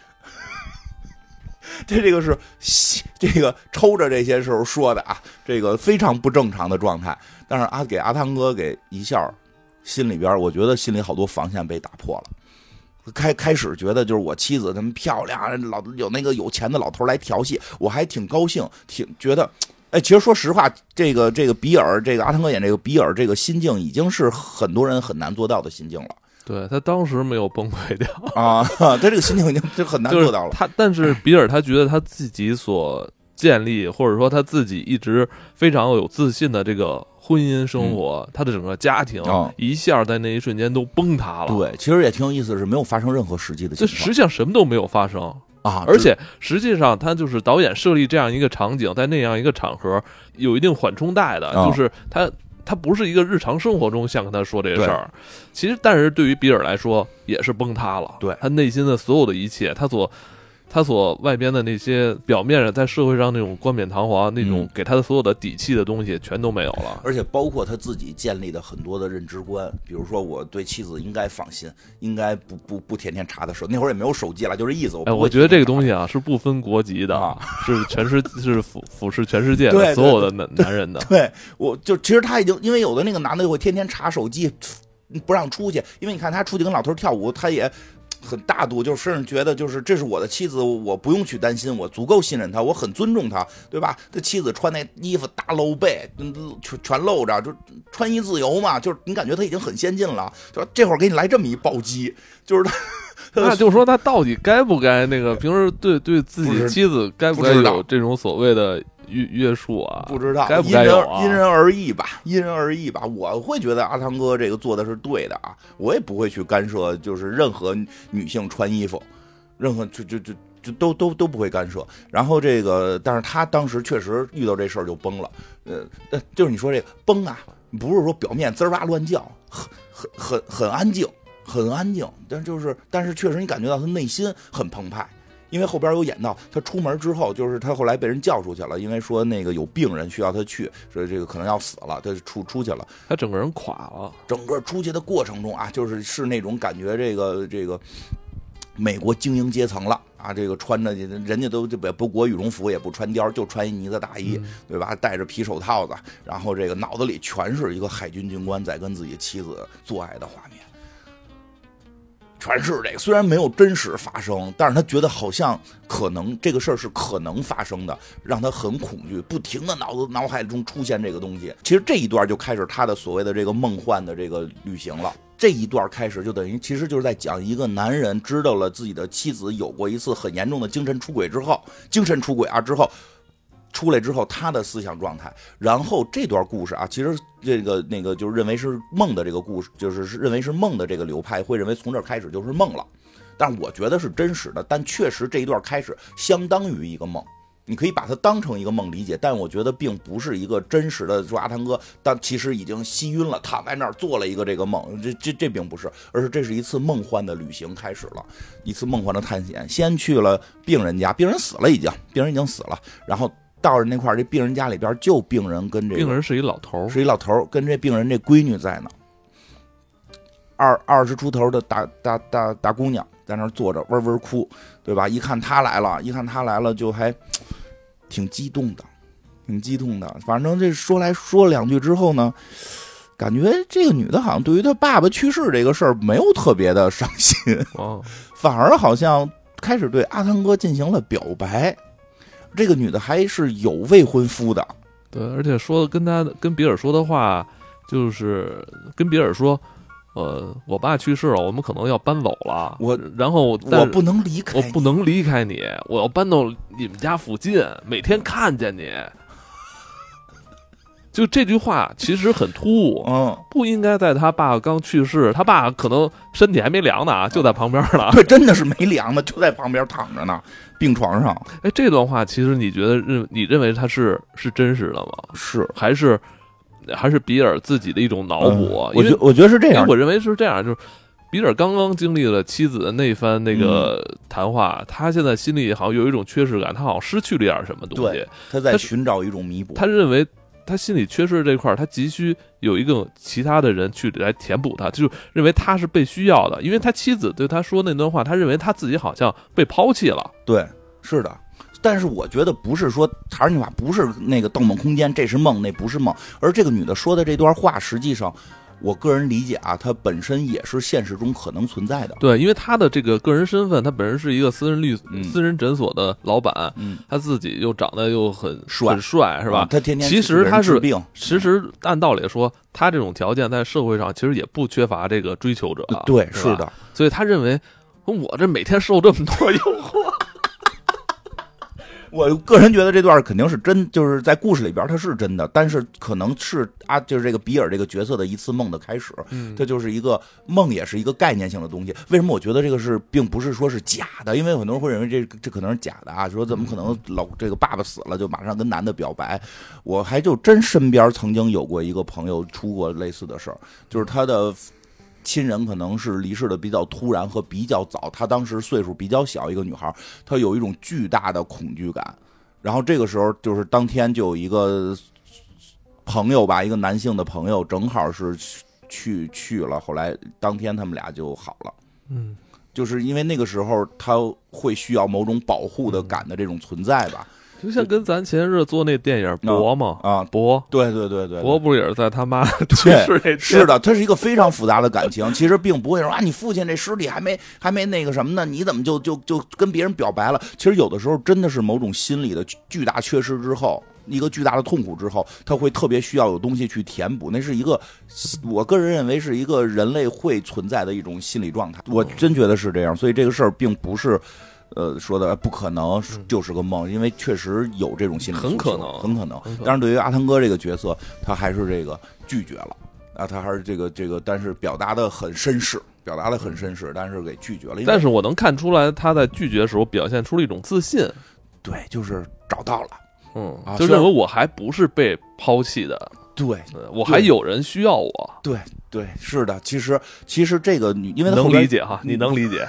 这个是这个抽着这些时候说的啊，这个非常不正常的状态。但是给阿汤哥给一下，心里边我觉得心里好多防线被打破了。开始觉得就是我妻子他们漂亮，有那个有钱的老头来调戏，我还挺高兴，挺觉得。哎，其实说实话，这个比尔，这个阿汤哥演这个比尔，这个心境已经是很多人很难做到的心境了。 对，他当时没有崩溃掉啊，他这个心情已经就很难做到了。 但是比尔他觉得他自己所建立，或者说他自己一直非常有自信的这个婚姻生活，他的整个家庭一下在那一瞬间都崩塌了。 对，其实也挺有意思的是，没有发生任何实际的情况， 这实际上什么都没有发生啊！ 而且实际上他就是导演设立这样一个场景，在那样一个场合有一定缓冲带的，就是他不是一个日常生活中像跟他说这个事儿，其实但是对于比尔来说也是崩塌了。 对， 他内心的所有的一切，他所外边的那些表面上在社会上那种冠冕堂皇那种给他的所有的底气的东西全都没有了， 而且包括他自己建立的很多的认知观，比如说我对妻子应该放心，应该不天天查他手，那会儿也没有手机了，就这意思。 我觉得这个东西啊是不分国籍的，是俯视全世界的所有的男人的。 对，我就其实他已经因为有的那个男的会天天查手机。不让出去，因为你看他出去跟老头跳舞，他也很大度，就甚至觉得就是这是我的妻子，我不用去担心，我足够信任她，我很尊重她，对吧？他妻子穿那衣服大露背，全露着，就穿衣自由嘛，就是你感觉他已经很先进了，就这会儿给你来这么一暴击，就是他。 那就是说，他到底该不该那个平时对自己妻子该不该有这种所谓的约束啊？ 不知道， 该不该有啊？ 因人而异吧，因人而异吧。我会觉得阿汤哥这个做的是对的啊，我也不会去干涉，就是任何女性穿衣服，任何就都不会干涉。然后这个，但是他当时确实遇到这事儿就崩了，就是你说这个崩啊，不是说表面滋哇乱叫，很安静。很安静，但是确实你感觉到他内心很澎湃，因为后边有演到他出门之后，就是他后来被人叫出去了，因为说那个有病人需要他去，所以这个可能要死了，他出去了， 他整个人垮了。 整个出去的过程中啊，是那种感觉，这个美国精英阶层了啊，这个穿着人家都不裹羽绒服，也不穿貂，就穿一呢子大衣，对吧？戴着皮手套子，然后这个脑子里全是一个海军军官在跟自己妻子做爱的画面。全是这个，虽然没有真实发生，但是他觉得好像可能这个事儿是可能发生的，让他很恐惧，不停的脑海中出现这个东西。其实这一段就开始他的所谓的这个梦幻的这个旅行了。这一段开始就等于其实就是在讲一个男人知道了自己的妻子有过一次很严重的精神出轨之后，出来之后他的思想状态，然后这段故事啊，其实那个就是认为是梦的这个故事，就是认为是梦的这个流派会认为从这儿开始就是梦了，但是我觉得是真实的，但确实这一段开始相当于一个梦，你可以把它当成一个梦理解，但我觉得并不是一个真实的说阿汤哥但其实已经吸晕了，躺在那儿做了一个这个梦，这并不是，而是这是一次梦幻的旅行开始了，一次梦幻的探险。先去了病人家，病人死了已经死了，然后到了那块儿，这病人家里边就病人跟这个病人是一老头， 跟这病人这闺女在呢，20出头的大姑娘在那儿坐着嗡嗡哭，对吧？一看他来了，就还挺激动的。反正这说了两句之后呢，感觉这个女的好像对于她爸爸去世这个事儿没有特别的伤心，反而好像开始对阿汤哥进行了表白。这个女的还是有未婚夫的， 对，而且跟比尔说的话，就是跟比尔说，我爸去世了，我们可能要搬走了，然后我不能离开， 我不能离开你，我要搬到你们家附近，每天看见你。就这句话其实很突兀，不应该在他爸刚去世，他爸可能身体还没凉呢，就在旁边了。 对，真的是没凉呢，就在旁边躺着呢，病床上。 哎，这段话其实你觉得你认为它是真实的吗？ 是， 还是比尔自己的一种脑补？ 我觉得是这样， 我认为是这样，就是比尔刚刚经历了妻子的那番那个谈话，他现在心里好像有一种缺失感，他好像失去了点什么东西， 对，他在寻找一种弥补， 他认为。他心里缺失这块，他急需有一个其他的人去来填补他，就认为他是被需要的，因为他妻子对他说那段话，他认为他自己好像被抛弃了。 对，是的。但是我觉得不是说还是那句话，不是那个《盗梦空间》这是梦，那不是梦，而这个女的说的这段话，实际上我个人理解啊，她本身也是现实中可能存在的。 对，因为她的这个个人身份，她本身是一个私人诊所的老板，她自己又长得又很帅，是吧？ 她天天其实她是病， 其实按道理说，她这种条件在社会上其实也不缺乏这个追求者。 对，是的。 所以她认为，我这每天受这么多诱惑。 我个人觉得这段肯定是真，就是在故事里边它是真的，但是可能是就是这个比尔这个角色的一次梦的开始，它就是一个梦，也是一个概念性的东西。为什么我觉得这个并不是说是假的？因为很多人会认为这可能是假的啊，说怎么可能这个爸爸死了就马上跟男的表白？我还就真身边曾经有过一个朋友出过类似的事儿，就是他的亲人可能是离世的比较突然和比较早，她当时岁数比较小，一个女孩，她有一种巨大的恐惧感。然后这个时候就是当天就有一个朋友吧，一个男性的朋友，正好是去了，后来当天他们俩就好了。就是因为那个时候他会需要某种保护的感的这种存在吧。 就像跟咱前日做那电影博嘛博， 对， 博不是也是在他妈去世那是的，它是一个非常复杂的感情。其实并不会说啊，你父亲这尸体还没那个什么呢，你怎么就跟别人表白了？其实有的时候真的是某种心理的巨大缺失之后，一个巨大的痛苦之后，他会特别需要有东西去填补。那是一个我个人认为是一个人类会存在的一种心理状态。我真觉得是这样，所以这个事儿并不是。说的不可能就是个梦，因为确实有这种心理诉求，很可能。当然，对于阿汤哥这个角色，他还是这个拒绝了啊，他还是这个，但是表达的很绅士，但是给拒绝了。 但是我能看出来，他在拒绝的时候表现出了一种自信， 对，就是找到了， 就认为我还不是被抛弃的， 对， 我还有人需要我， 对，是的。其实这个因为他能理解哈，你能理解。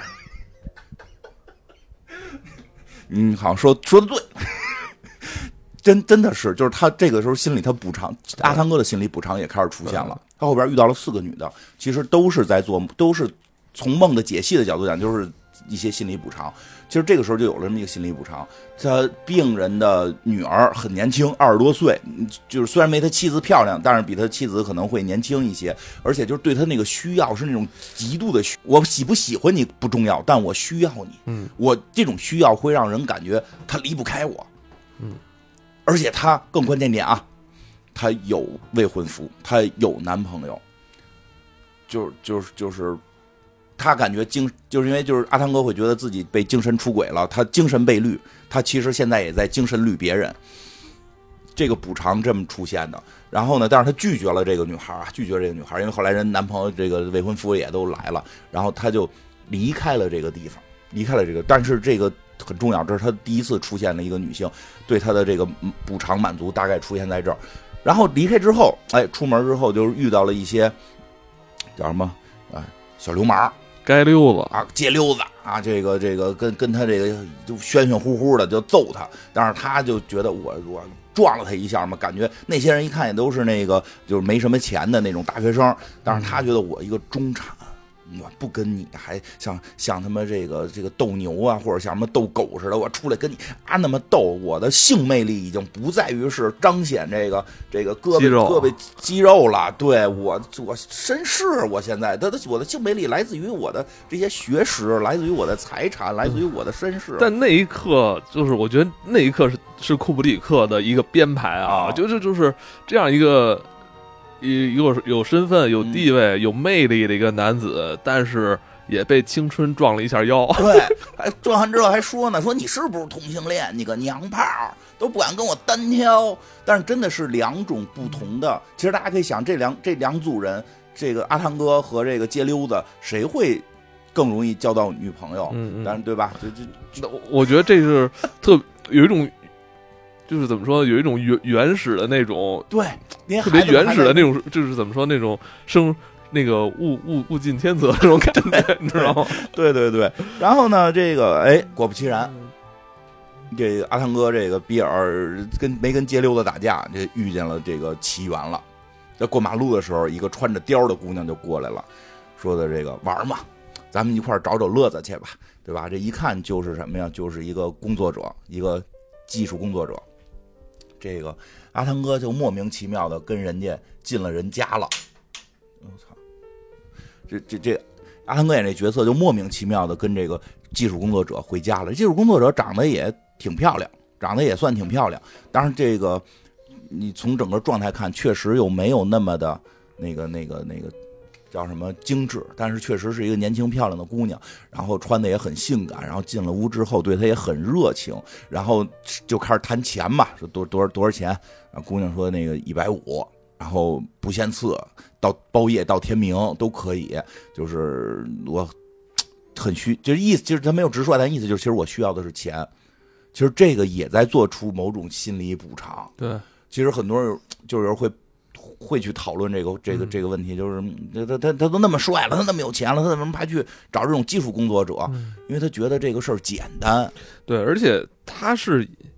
好，说的对，真的是，就是他这个时候心理他补偿，阿汤哥的心理补偿也开始出现了。他后边遇到了4个女的，其实都是从梦的解析的角度讲，就是一些心理补偿。其实这个时候就有了这么一个心理补偿。他病人的女儿很年轻，20多岁，就是虽然没他妻子漂亮，但是比他妻子可能会年轻一些，而且就是对他那个需要是那种极度的我喜不喜欢你不重要，但我需要你，我这种需要会让人感觉他离不开我，而且他更关键点啊，他有未婚夫，他有男朋友，就是。他感觉就是因为就是阿汤哥会觉得自己被精神出轨了，他精神被绿，他其实现在也在精神绿别人，这个补偿这么出现的。然后呢，但是他拒绝了这个女孩，因为后来人男朋友这个未婚夫也都来了，然后他就离开了这个地方，但是这个很重要，这是他第一次出现的一个女性对他的这个补偿满足，大概出现在这儿。然后离开之后，出门之后就是遇到了一些叫什么小流氓。 街溜子啊，街溜子啊，这个跟他这个就玄玄乎乎的就揍他，但是他就觉得我撞了他一下嘛，感觉那些人一看也都是那个就是没什么钱的那种大学生，但是他觉得我一个中产，我不跟你还像他妈这个斗牛啊，或者像什么斗狗似的，我出来跟你那么斗，我的性魅力已经不在于是彰显这个胳膊肌肉了，对我绅士，我现在我的性魅力来自于我的这些学识，来自于我的财产，来自于我的绅士。 但那一刻，就是我觉得那一刻是库布里克的一个编排啊，就是这样一个有身份、有地位、有魅力的一个男子，但是也被青春撞了一下腰。 对，还撞完之后还说呢，说你是不是同性恋？你个娘炮，都不敢跟我单挑。但是真的是两种不同的。其实大家可以想，这两组人，这个阿汤哥和这个街溜子，谁会更容易交到女朋友？但是对吧？ 我觉得这是有一种。就是怎么说，有一种原始的那种， 对， 特别原始的那种，就是怎么说那种那个物尽天择这种感觉，你知道吗？ 对。然后呢，这个果不其然，这个阿汤哥这个比尔没跟街溜子打架，这遇见了这个奇缘了。在过马路的时候，一个穿着貂的姑娘就过来了，说的这个玩嘛，咱们一块找乐子去吧，对吧？这一看就是什么呀？就是一个工作者，一个技术工作者。这个阿汤哥就莫名其妙的跟人家进了人家了，我操！这阿汤哥演这角色就莫名其妙的跟这个技术工作者回家了。技术工作者长得也挺漂亮，长得也算挺漂亮，当然这个你从整个状态看，确实又没有那么的那个叫什么精致，但是确实是一个年轻漂亮的姑娘，然后穿的也很性感，然后进了屋之后对她也很热情，然后就开始谈钱嘛，说多少钱啊？姑娘说那个150，然后不限次，到包夜到天明都可以，就是我很就是意思就是他没有直说，但意思就是其实我需要的是钱，其实这个也在做出某种心理补偿。 对， 其实很多人就有人会去讨论这个问题，就是他都那么帅了，他那么有钱了，他为什么还去找这种技术工作者？因为他觉得这个事儿简单。 对，而且他是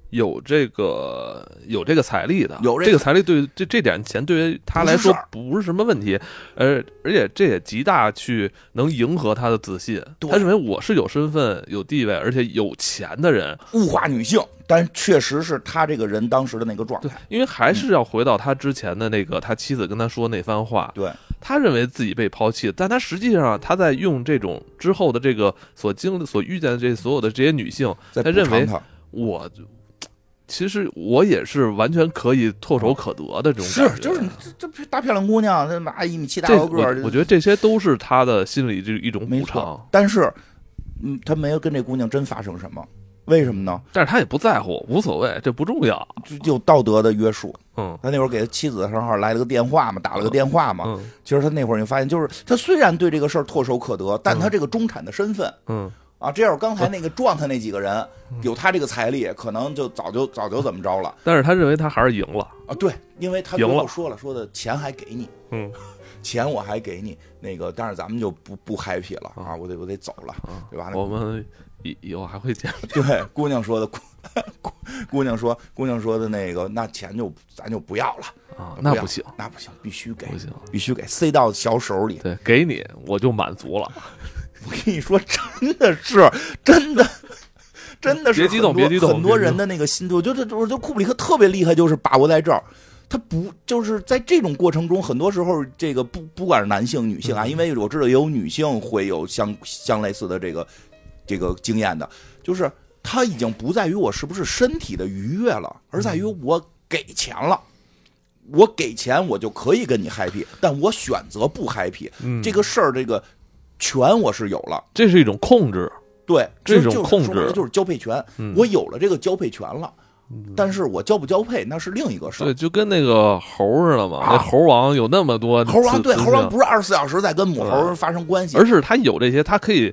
有这个财力的， 有这个财力对这点钱对于他来说不是什么问题，而且这也极大去能迎合他的自信。他认为我是有身份、有地位，而且有钱的人， 物化女性，但确实是他这个人当时的那个状态。 因为还是要回到他之前的那个，他妻子跟他说那番话。 对， 他认为自己被抛弃，但他实际上他在用这种之后的这个所遇见的这所有的这些女性，他认为其实我也是完全可以唾手可得的这种感觉， 就是这大漂亮姑娘，这妈1米7大高个我觉得这些都是他的心里这一种补偿。 但是，他没有跟这姑娘真发生什么，为什么呢？ 但是他也不在乎，无所谓，这不重要， 就有道德的约束。 他那会儿给他妻子的账号来了个电话嘛，打了个电话嘛。其实他那会儿你发现，就是他虽然对这个事儿唾手可得，但他这个中产的身份，这要是刚才那个撞他那几个人有他这个财力，可能就早就怎么着了。 但是他认为他还是赢了啊，对，因为他最后说的钱还给你，钱我还给你那个，但是咱们就不 happy 了啊，我得走了，对吧？ 我们以后还会见。 对，姑娘说的，姑娘说的那个，那钱咱就不要了啊，那不行， 必须给， 不行， 必须给，塞到小手里。 对，给你我就满足了。 我跟你说，真的是别激动， 很多人的那个心，我觉得库布里克特别厉害，就是把握在这儿。他不就是在这种过程中，很多时候这个不管是男性女性啊，因为我知道也有女性会有相类似的这个经验的，就是他已经不在于我是不是身体的愉悦了，而在于我给钱了。我给钱我就可以跟你 happy， 但我选择不 happy，这个事儿这个权我是有了， 这是一种控制。 对， 这种控制就是交配权，我有了这个交配权了，但是我交不交配那是另一个事儿。 对，就跟那个猴似的嘛，那猴王有那么多猴王，对，猴王不是24小时在跟母猴发生关系， 而是他有这些，他可以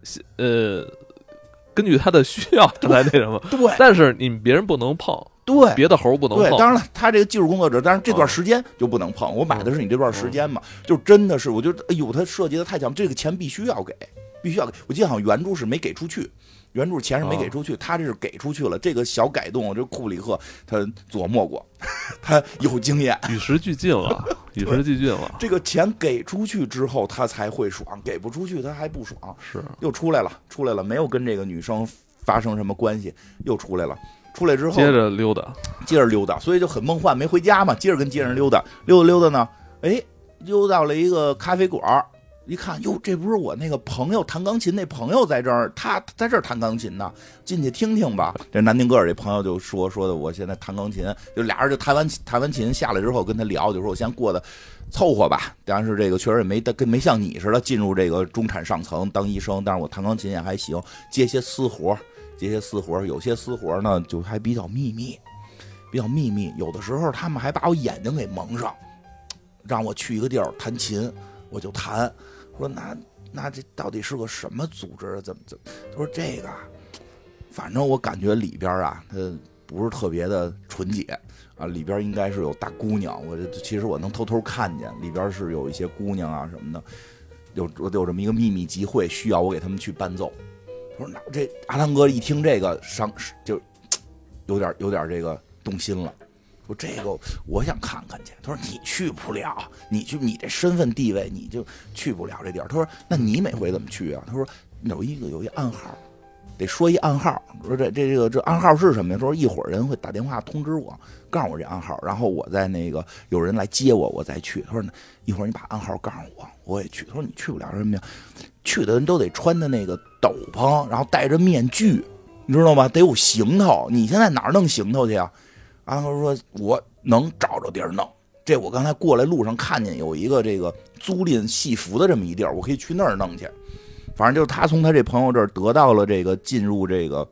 根据他的需要他来那什么。 对， 但是别人不能碰。 对， 别的猴不能碰。 对，当然了，他这个技术工作者，但是这段时间就不能碰。我买的是你这段时间嘛，就真的是，我觉得，哎呦，他设计的太强，这个钱必须要给。我记得好像原著是没给出去，原著钱是没给出去，他这是给出去了。这个小改动，这库布里克他琢磨过，他有经验， 与时俱进了，与时俱进了。 这个钱给出去之后，他才会爽；给不出去，他还不爽。 是， 又出来了，没有跟这个女生发生什么关系，又出来了。出来之后接着溜达， 所以就很梦幻，没回家嘛，接着跟街上溜达呢，溜到了一个咖啡馆，一看，哟，这不是我那个朋友弹钢琴那朋友在这儿，他在这儿弹钢琴呢，进去听听吧。这南丁格尔这朋友就说的，我现在弹钢琴，就俩人就弹完琴下来之后跟他聊，就说我现在过得凑合吧，但是这个确实也没像你似的进入这个中产上层当医生，但是我弹钢琴也还行，接些私活，有些私活呢就还比较秘密，有的时候他们还把我眼睛给蒙上，让我去一个地儿弹琴，我就弹。说那这到底是个什么组织？怎么？他说这个，反正我感觉里边啊，它不是特别的纯洁啊，里边应该是有大姑娘。其实我能偷偷看见里边是有一些姑娘啊什么的，有这么一个秘密集会，需要我给他们去伴奏。他说那这阿汤哥一听这个就有点这个动心了，说这个我想看看去。他说你去不了，你这身份地位你就去不了这地儿。他说那你每回怎么去啊？他说有一暗号，得说一暗号。说这暗号是什么呀？说一会儿人会打电话通知我，告诉我这暗号，然后我在那个有人来接我再去。他说一会儿你把暗号告诉我也去。他说你去不了什么呀？去的人都得穿的那个斗篷，然后戴着面具，你知道吗？得有行头。你现在哪儿弄行头去啊？然后说我能找着地儿弄。这我刚才过来路上看见有一个这个租赁戏服的这么一地儿，我可以去那儿弄去。反正就是他从他这朋友这儿得到了这个进入这个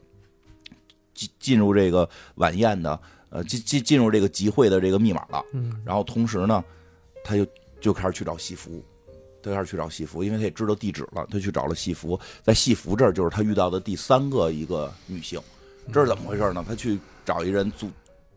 晚宴的进入这个集会的这个密码了。然后同时呢，他就开始去找戏服。因为他也知道地址了，他去找了戏服。在戏服这儿就是他遇到的第3个一个女性。这是怎么回事呢？他去找一人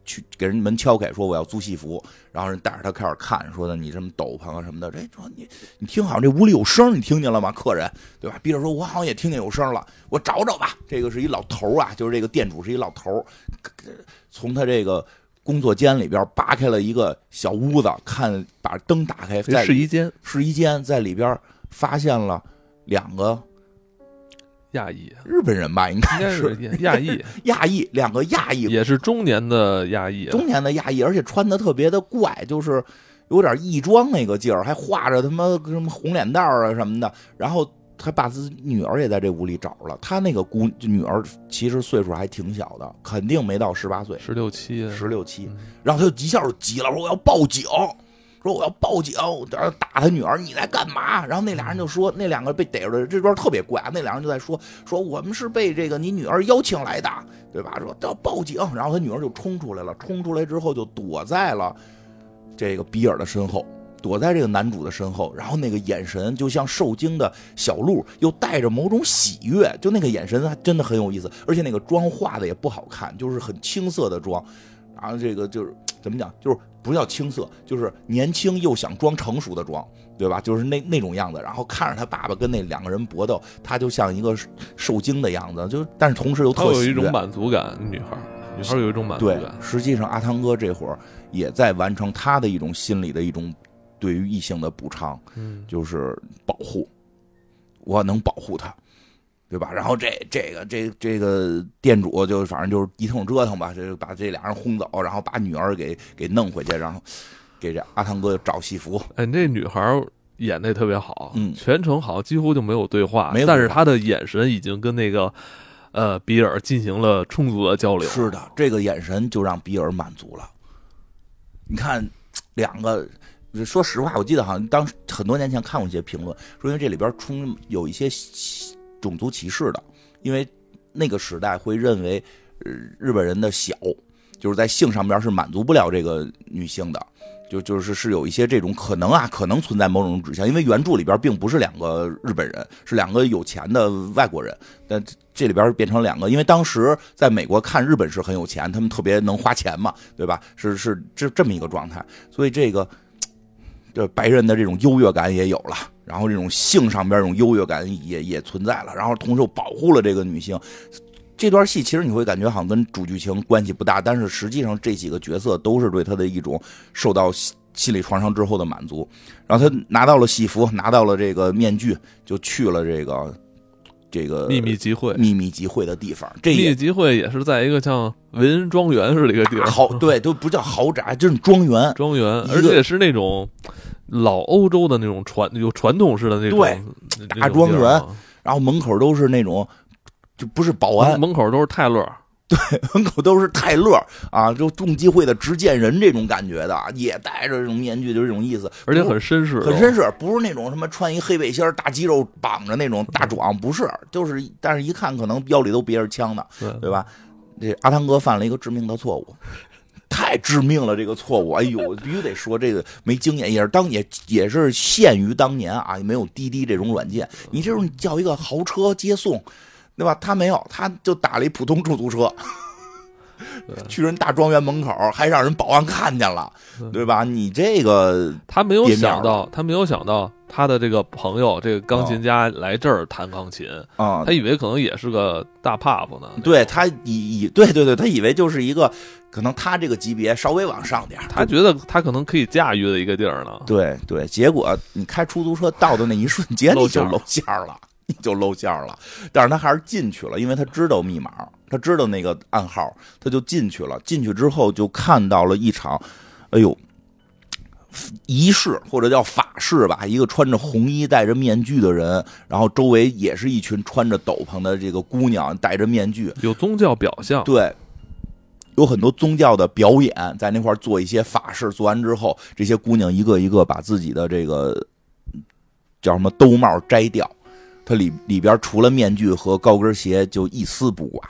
去给人门敲开，说我要租戏服，然后人带着他开始看，说的你什么斗篷啊什么的，这说你听好，这屋里有声，你听见了吗？客人，对吧？比尔说，我好像也听见有声了，我找找吧。这个是一老头啊，就是这个店主是一老头，从他这个工作间里边扒开了一个小屋子，看把灯打开，在试衣间在里边发现了2个。 亚裔日本人吧，应该是亚裔， 亚裔2个亚裔， 也是中年的亚裔， 而且穿的特别的怪，就是有点异装那个劲儿，还画着他妈什么红脸蛋啊什么的。然后他把自己女儿也在这屋里找了，他那个女儿其实岁数还挺小的，肯定没到18岁 ，16、17。 然后他就一下就急了，说我要报警。说我要报警，打他女儿，你在干嘛？然后那俩人就说，那2个被逮着的这段特别怪啊，那俩人就在说我们是被这个你女儿邀请来的，对吧？说要报警，然后他女儿就冲出来了，冲出来之后就躲在了这个比尔的身后，躲在这个男主的身后，然后那个眼神就像受惊的小鹿，又带着某种喜悦，就那个眼神真的很有意思，而且那个妆画的也不好看，就是很青涩的妆，然后这个就是怎么讲，就是不叫青涩，就是年轻又想装成熟的妆，对吧？就是那种样子。然后看着他爸爸跟那2个人搏斗，他就像一个受惊的样子，就但是同时又特有一种满足感。女孩有一种满足感。 对，实际上阿汤哥这会儿也在完成他的一种心理的一种对于异性的补偿，就是保护，我能保护他。对吧？然后这个店主就反正就是一通折腾吧，就把这俩人轰走，然后把女儿给弄回去，然后给这阿汤哥找戏服。 哎，这女孩演的特别好，全程好像几乎就没有对话，但是她的眼神已经跟那个比尔进行了充足的交流。 是的，这个眼神就让比尔满足了。你看2个。说实话，我记得好像很多年前看过一些评论，说因为这里边有一些种族歧视的，因为那个时代会认为，日本人的小就是在性上边是满足不了这个女性的，就是有一些这种可能存在某种指向，因为原著里边并不是2个日本人，是2个有钱的外国人，但这里边变成2个，因为当时在美国看日本是很有钱，他们特别能花钱嘛，对吧？是这么一个状态，所以这白人的这种优越感也有了，然后这种性上边这种优越感也存在了，然后同时又保护了这个女性。这段戏其实你会感觉好像跟主剧情关系不大，但是实际上这几个角色都是对他的一种受到心理创伤之后的满足。然后他拿到了戏服，拿到了这个面具，就去了这个秘密集会的地方。 秘密集会也是在一个像文恩庄园似的一个地方， 对，都不叫豪宅，就是庄园， 而且是那种老欧洲的那种有传统式的那种大庄园，然后门口都是那种就不是保安， 门口都是泰勒。 对，门口都是泰勒啊，就共济会的执剑人这种感觉的，也戴着这种面具，就这种意思， 而且很绅士， 不是那种什么穿一黑背心大肌肉绑着那种大壮，不是，就是但是一看可能腰里都别着枪的，对吧？这阿汤哥犯了一个致命的错误，太致命了这个错误，哎呦，必须得说这个没经验，也是限于当年啊，没有滴滴这种软件，你这种叫一个豪车接送。对吧？他没有，他就打了一普通出租车，去人大庄园门口，还让人保安看见了，对吧？你这个他没有想到他的这个朋友，这个钢琴家来这儿弹钢琴啊，他以为可能也是个大 pub 呢。 对他对，他以为就是一个可能他这个级别稍微往上点， 他觉得他可能可以驾驭的一个地儿呢。 对，结果你开出租车到的那一瞬间，你就露馅了。但是他还是进去了，因为他知道密码，他知道那个暗号，他就进去了。进去之后就看到了一场，哎呦，仪式或者叫法事吧，一个穿着红衣戴着面具的人，然后周围也是一群穿着斗篷的这个姑娘戴着面具， 有宗教表象， 对。有很多宗教的表演，在那块做一些法事，做完之后，这些姑娘一个一个把自己的这个叫什么兜帽摘掉。它里边除了面具和高跟鞋就一丝不挂。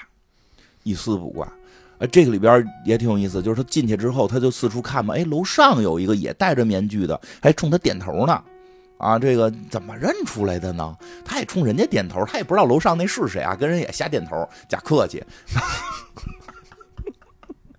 这个里边也挺有意思，就是他进去之后他就四处看嘛，楼上有一个也戴着面具的，还冲他点头呢。啊，这个怎么认出来的呢？他也冲人家点头，他也不知道楼上那是谁啊，跟人也瞎点头，假客气。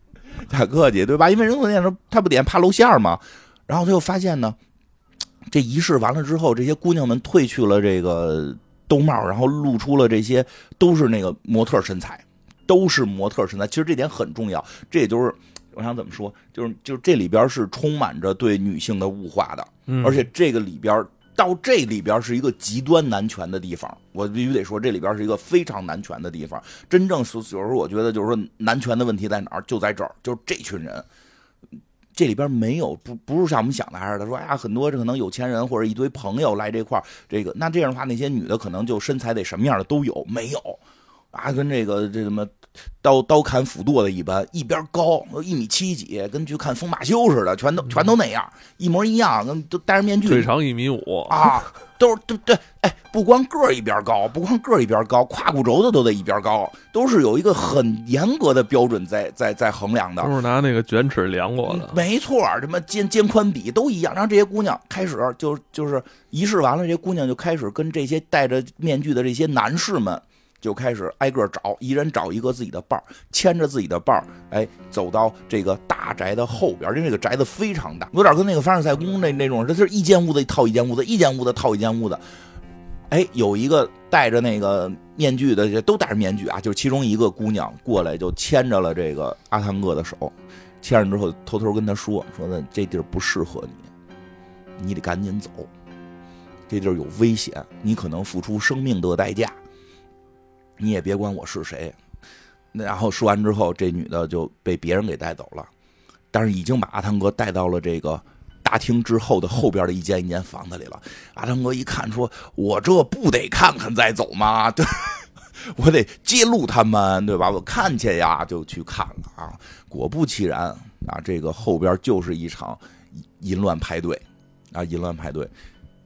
太客气，对吧？因为人做那时候他不得怕露馅吗？然后他又发现呢，这仪式完了之后，这些姑娘们褪去了这个兜帽，然后露出了这些都是那个模特身材，都是模特身材。其实这点很重要，这也就是我想怎么说，就是这里边是充满着对女性的物化的，而且这个里边。到这里边是一个极端男权的地方，我必须得说，这里边是一个非常男权的地方。真正有时候我觉得就是说男权的问题在哪儿，就在这儿，就是这群人，这里边没有不是像我们想的，还是他说哎呀，很多这可能有钱人或者一堆朋友来这块这个那这样的话，那些女的可能就身材得什么样的都有，没有啊，跟这什么刀砍斧剁的一般，一边高1.7米几，跟去看疯马秀似的，全都那样，一模一样，跟都戴着面具， 腿长1.5米啊，都是对，哎，不光个一边高，胯骨轴子都得一边高，都是有一个很严格的标准在衡量的， 都是拿那个卷尺量过的， 没错，什么肩宽比都一样。然后这些姑娘开始就是仪式完了，这些姑娘就开始跟这些戴着面具的这些男士们。就开始挨个找，一人找一个自己的伴儿，牵着自己的伴儿，哎，走到这个大宅的后边，因为这个宅子非常大，有点跟那个凡尔赛宫那种，这是一间屋子套一间屋子，一间屋子套一间屋子。哎，有一个戴着那个面具的，都戴着面具啊，就是其中一个姑娘过来就牵着了这个阿汤哥的手，牵着之后偷偷跟他说呢，这地儿不适合你，你得赶紧走，这地儿有危险，你可能付出生命的代价。你也别管我是谁，然后说完之后，这女的就被别人给带走了，但是已经把阿汤哥带到了这个大厅之后的后边的一间房子里了。阿汤哥一看说：“我这不得看看再走吗？对，我得揭露他们，对吧？我看去呀，就去看了啊。果不其然啊，这个后边就是一场淫乱派对啊，淫乱派对。”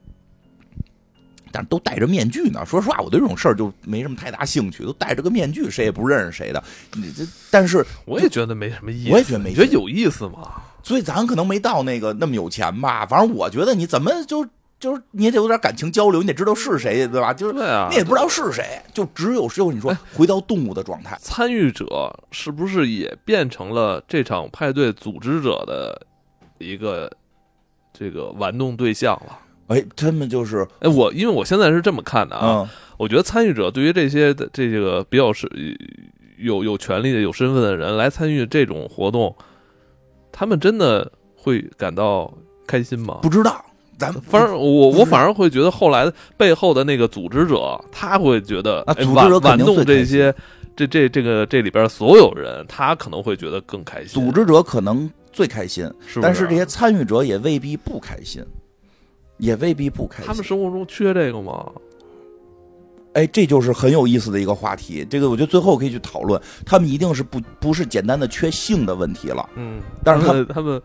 但都戴着面具呢。说实话，我对这种事儿就没什么太大兴趣。都戴着个面具，谁也不认识谁的。但是我也觉得没什么意思。 我也觉得没， 你觉得有意思吗？ 所以咱可能没到那么有钱吧。反正我觉得你怎么就是你也得有点感情交流，你得知道是谁，对吧？就是对啊， 你也不知道是谁，就只有你说回到动物的状态。 参与者是不是也变成了这场派对组织者的一个这个玩弄对象了？ 哎，他们就是因为我现在是这么看的啊，我觉得参与者对于这个比较是有权利的、有身份的人来参与这种活动，他们真的会感到开心吗？ 不知道， 反正我反而会觉得后来背后的那个组织者，他会觉得组织者玩弄这些这里边所有人，他可能会觉得更开心。 组织者可能最开心，但是这些参与者也未必不开心。也未必不开心。 他们生活中缺这个吗？ 哎，这就是很有意思的一个话题。这个我觉得最后可以去讨论。他们一定是不是简单的缺性的问题了。但是他们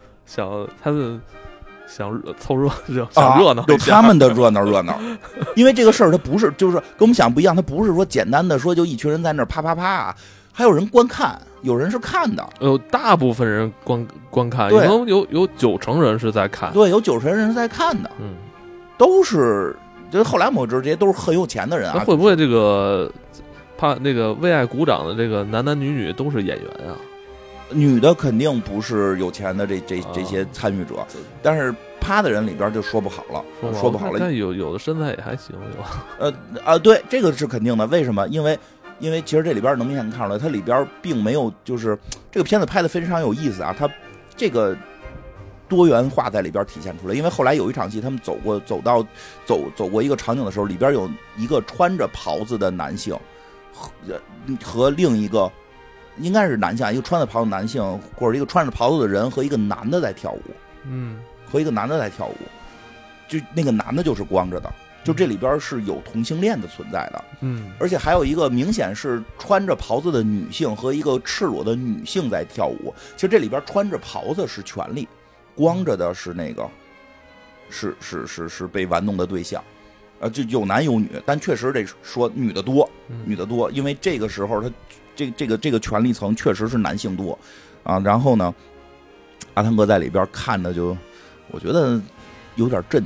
想凑热想热闹， 有他们的热闹。因为这个事儿它不是就是跟我们想不一样，它不是说简单的说就一群人在那儿啪啪啪，还有人观看，有人是看的。 大部分人观看，可能有90%人是在看。 对，有90%人是在看的。都是，就是后来我知道这些都是很有钱的人啊。 那会不会这个那个为爱鼓掌的这个男女都是演员啊？ 女的肯定不是有钱的这些参与者，但是趴的人里边就说不好了，说不好了。 但有的身材也还行， 对，这个是肯定的。为什么？因为其实这里边能明显看出来，它里边并没有就是这个片子拍的非常有意思啊，它这个多元化在里边体现出来。因为后来有一场戏，他们走过一个场景的时候，里边有一个穿着袍子的男性和另一个应该是男性，一个穿着袍子的男性或者一个穿着袍子的人和一个男的在跳舞，和一个男的在跳舞，就那个男的就是光着的。就这里边是有同性恋的存在的，而且还有一个明显是穿着袍子的女性和一个赤裸的女性在跳舞。其实这里边穿着袍子是权利，光着的是那个是被玩弄的对象，就有男有女，但确实得说女的多，因为这个时候他这个权力层确实是男性多啊。然后呢，阿汤哥在里边看的就我觉得有点震惊。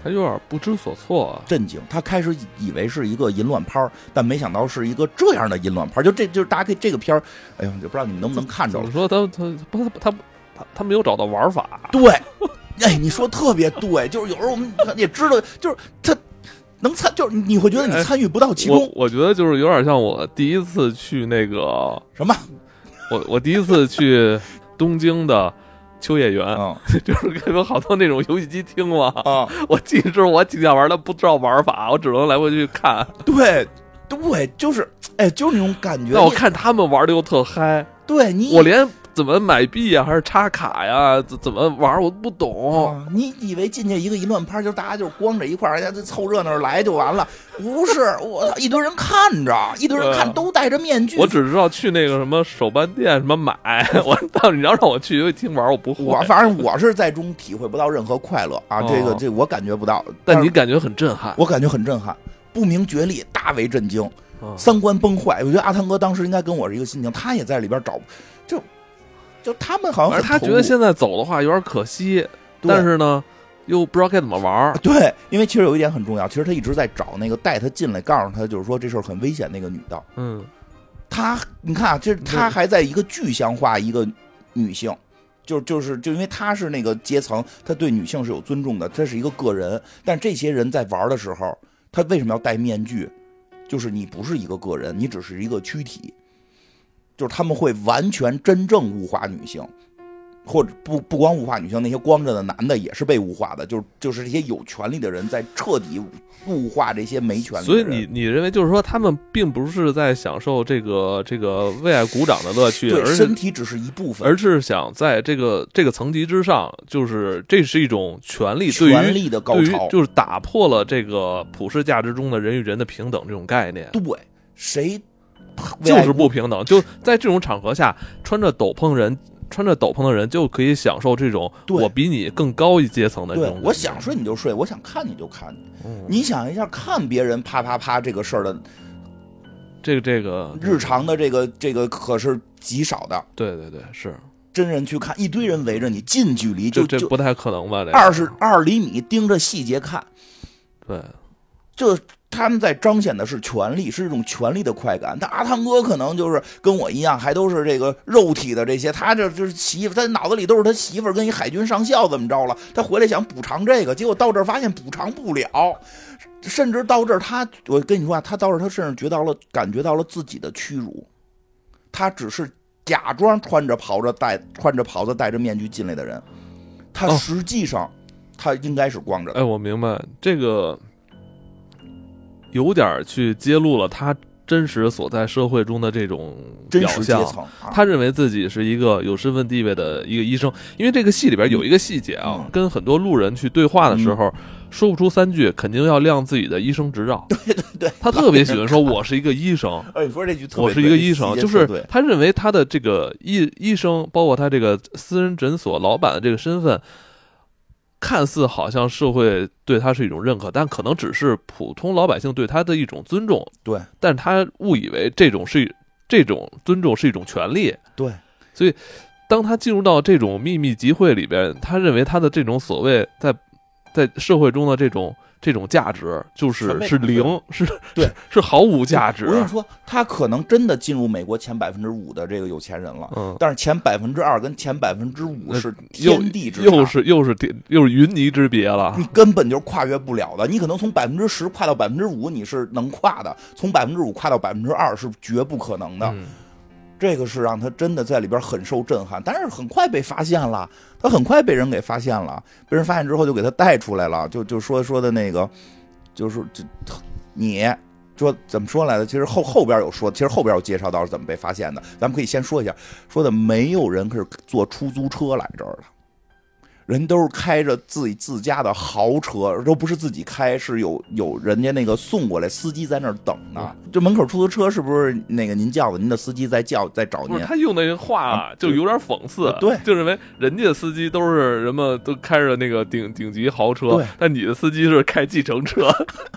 他有点不知所措啊， 震惊。他开始以为是一个淫乱片，但没想到是一个这样的淫乱片。就是大家可以这个片儿，哎呦，就不知道你们能不能看着了。 你说他没有找到玩法， 对，哎，你说特别对，就是有时候我们也知道，就是他能就是你会觉得你参与不到其中。 我觉得就是有点像我第一次去那个什么， 我第一次去东京的秋叶原，就是有好多那种游戏机厅嘛。我其实我挺想玩的，不知道玩法，我只能来回去看。 对，就是哎，就是那种感觉。 那我看他们玩的又特嗨， 对我连怎么买币呀，还是插卡呀，怎么玩我都不懂。 你以为进去一个淫乱趴，就大家就光着一块儿，大家凑热闹来就完了？不是，我一堆人看着，一堆人看都戴着面具。 我只知道去那个什么手办店什么买，我到你要让我去游戏厅玩，我不会。 反正我是在中体会不到任何快乐啊，这我感觉不到。 但你感觉很震撼， 我感觉很震撼，不明觉厉，大为震惊，三观崩坏。我觉得阿汤哥当时应该跟我是一个心情，他也在里边找就他们好像他觉得现在走的话有点可惜，但是呢又不知道该怎么玩。 对，因为其实有一点很重要，其实他一直在找那个带他进来告诉他就是说这事儿很危险那个女道。你看啊，他还在一个具象化一个女性，就因为他是那个阶层，他对女性是有尊重的，他是一个个人。但这些人在玩的时候，他为什么要戴面具？就是你不是一个个人，你只是一个躯体。就是他们会完全真正物化女性，或者不光物化女性，那些光着的男的也是被物化的，就是这些有权利的人在彻底物化这些没权利的人。 所以你认为就是说他们并不是在享受这个为爱鼓掌的乐趣， 对， 而身体只是一部分， 而是想在这个层级之上，就是这是一种权利的高潮， 就是打破了这个普世价值中的人与人的平等这种概念。 对，谁就是不平等，就在这种场合下，穿着斗篷的人就可以享受这种我比你更高一阶层的这种。 我想睡你就睡，我想看你就看你想一下看别人啪啪啪这个事儿的，这个日常的这个可是极少的。 对，是真人去看，一堆人围着你，近距离这不太可能吧 ？22厘米盯着细节看， 对， 这。他们在彰显的是权力，是这种权力的快感。但阿汤哥可能就是跟我一样，还都是这个肉体的这些。他这就是媳妇，他脑子里都是他媳妇跟一海军上校怎么着了。他回来想补偿这个，结果到这儿发现补偿不了，甚至到这儿我跟你说啊，他到这儿他甚至感觉到了自己的屈辱。他只是假装穿着袍子戴着面具进来的人，他实际上他应该是光着的。 哎，我明白这个。有点去揭露了他真实所在社会中的这种表象，他认为自己是一个有身份地位的一个医生，因为这个戏里边有一个细节啊，跟很多路人去对话的时候，说不出3句，肯定要亮自己的医生执照。 对， 他特别喜欢说我是一个医生。 你说这句特别， 我是一个医生，就是他认为他的这个医生，包括他这个私人诊所老板的这个身份。看似好像社会对他是一种认可，但可能只是普通老百姓对他的一种尊重。 对， 但他误以为这种尊重是一种权利。 对， 所以当他进入到这种秘密集会里边，他认为他的这种所谓在社会中的这种价值是零，是毫无价值。 我跟你说，他可能真的进入美国前5%的这个有钱人了，但是前2%跟前5%是天地之差， 又是云泥之别了。 你根本就跨越不了的。你可能从10%跨到5%，你是能跨的；从5%跨到2%是绝不可能的。这个是让他真的在里边很受震撼，但是很快被发现了，他很快被人给发现了，被人发现之后就给他带出来了，就说的那个，就是你说怎么说来的？其实后边有说，其实后边有介绍到是怎么被发现的，咱们可以先说一下，说的没有人是坐出租车来这儿的。人都是开着自家的豪车，都不是自己开，是有人家那个送过来，司机在那儿等呢。这门口出租车是不是那个您叫的？您的司机在找您。 他用那话就有点讽刺， 对， 就认为人家的司机都是人们都开着那个顶级豪车，但你的司机是开计程车。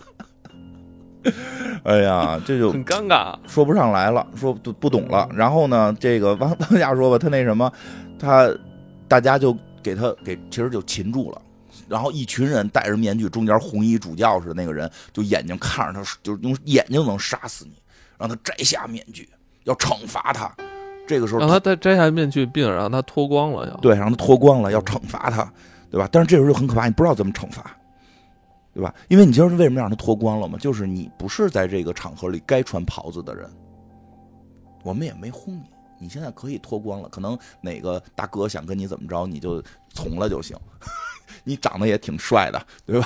哎呀，这就很尴尬， 说不上来了，说不懂了。然后呢，这个往下说吧，他那什么，大家就。其实就擒住了， 然后一群人戴着面具，中间红衣主教似的那个人，就眼睛看着他，就是用眼睛能杀死你，让他摘下面具，要惩罚他。这个时候让他摘下面具，并让他脱光了， 对，让他脱光了，要惩罚他，对吧？但是这时候就很可怕，你不知道怎么惩罚，对吧？因为你知道为什么让他脱光了吗？就是你不是在这个场合里该穿袍子的人，我们也没轰你，你现在可以脱光了。可能哪个大哥想跟你怎么着，你就从了就行。你长得也挺帅的，对吧？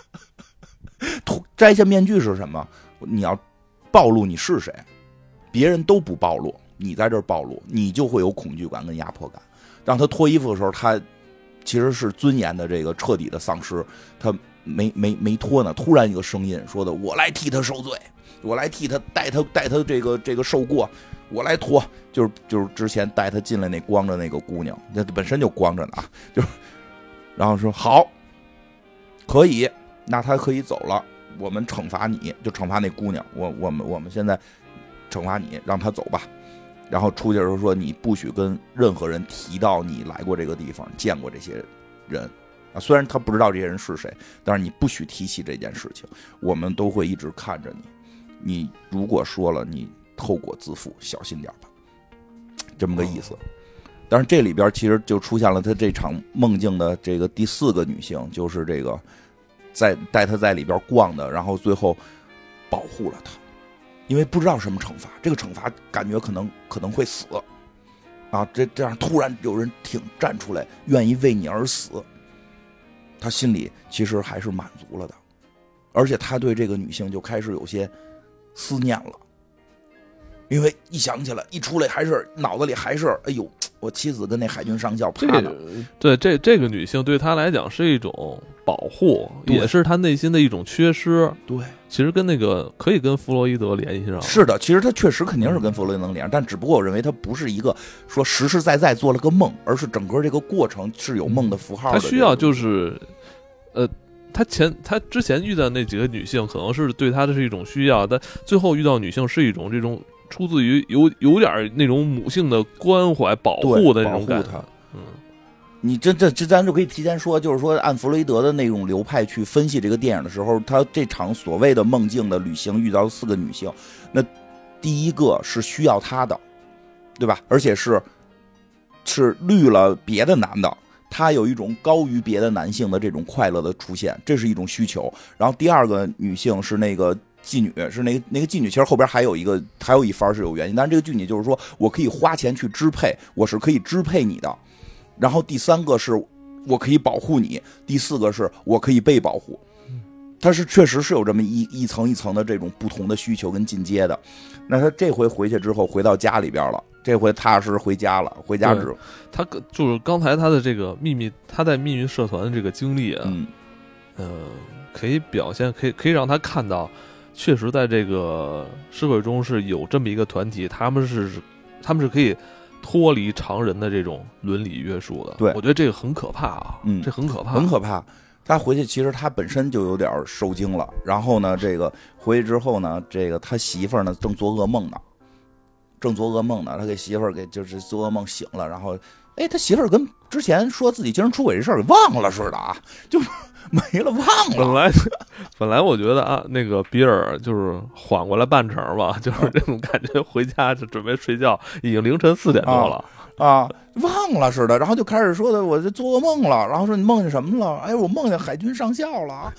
摘下面具是什么？你要暴露你是谁，别人都不暴露。你在这儿暴露，你就会有恐惧感跟压迫感。让他脱衣服的时候，他其实是尊严的这个彻底的丧失。他没脱呢，突然一个声音说的：“我来替他受罪，我来替他带他这个受过，我来脱。”就是之前带他进来那光着那个姑娘，那本身就光着呢啊，就是然后说好，可以，那他可以走了。我们惩罚你，就惩罚那姑娘。我们现在惩罚你，让他走吧。然后出去的时候说，你不许跟任何人提到你来过这个地方，见过这些人啊。虽然他不知道这些人是谁，但是你不许提起这件事情。我们都会一直看着你，你如果说了，你后果自负，小心点吧。这么个意思。但是这里边其实就出现了他这场梦境的这个第4个女性，就是这个带他在里边逛的，然后最后保护了他。因为不知道什么惩罚，这个惩罚感觉可能会死啊！这样突然有人站出来，愿意为你而死，他心里其实还是满足了的，而且他对这个女性就开始有些思念了，因为一想起来，一出来还是脑子里还是哎呦，我妻子跟那海军上校怕的。 对，这个女性对他来讲是一种保护，也是他内心的一种缺失。 对。 其实跟那个可以跟弗洛伊德联系上， 是的，其实他确实肯定是跟弗洛伊德能联系上，但只不过我认为他不是一个说实实在在做了个梦，而是整个这个过程是有梦的符号的。 他需要就是，他之前遇到那几个女性，可能是对他的是一种需要，但最后遇到女性是一种这种出自于有点那种母性的关怀保护的那种感觉。 你这咱就可以提前说，就是说按弗洛伊德的那种流派去分析这个电影的时候，他这场所谓的梦境的旅行遇到4个女性，那第一个是需要他的，对吧？而且是绿了别的男的，他有一种高于别的男性的这种快乐的出现，这是一种需求。然后第2个女性是那个妓女，是那个妓女，其实后边还有一番是有原因，但是这个妓女就是说我可以花钱去支配，我是可以支配你的。然后第3个是我可以保护你，第4个是我可以被保护。他是确实是有这么一层一层的这种不同的需求跟进阶的。那他这回回去之后回到家里边了，这回踏实回家了。回家之后， 他就是刚才他的这个他在秘密社团的这个经历啊，可以表现，可以让他看到，确实在这个社会中是有这么一个团体，他们是可以脱离常人的这种伦理约束的。 对， 我觉得这个很可怕啊，这很可怕， 很可怕。他回去其实他本身就有点受惊了，然后呢，这个回去之后呢，这个他媳妇儿呢正做噩梦呢，他给媳妇儿就是做噩梦醒了，然后他媳妇儿跟之前说自己精神出轨这事儿给忘了似的啊，就没了，忘了。 本来我觉得啊，那个比尔就是缓过来半程吧，就是这种感觉，回家就准备睡觉，已经凌晨4点多了啊，忘了似的，然后就开始说的，我这做噩梦了，然后说你梦见什么了？哎，我梦见海军上校了。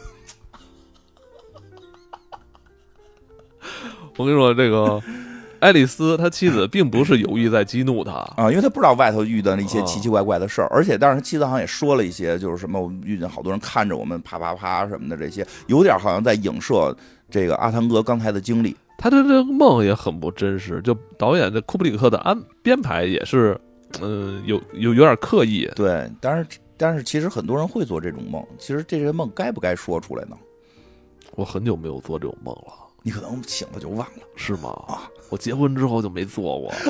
我跟你说，这个爱丽丝他妻子并不是有意在激怒他啊，因为他不知道外头遇到了一些奇奇怪怪的事儿，而且但是他妻子好像也说了一些，就是什么我遇见好多人看着我们啪啪啪什么的，这些有点好像在影射这个阿汤哥刚才的经历。 他的这个梦也很不真实，就导演这库布里克的编排也是，有点刻意。 对，但是其实很多人会做这种梦，其实这些梦该不该说出来呢？ 我很久没有做这种梦了。 你可能醒了就忘了， 是吗？ 啊， 我结婚之后就没做过。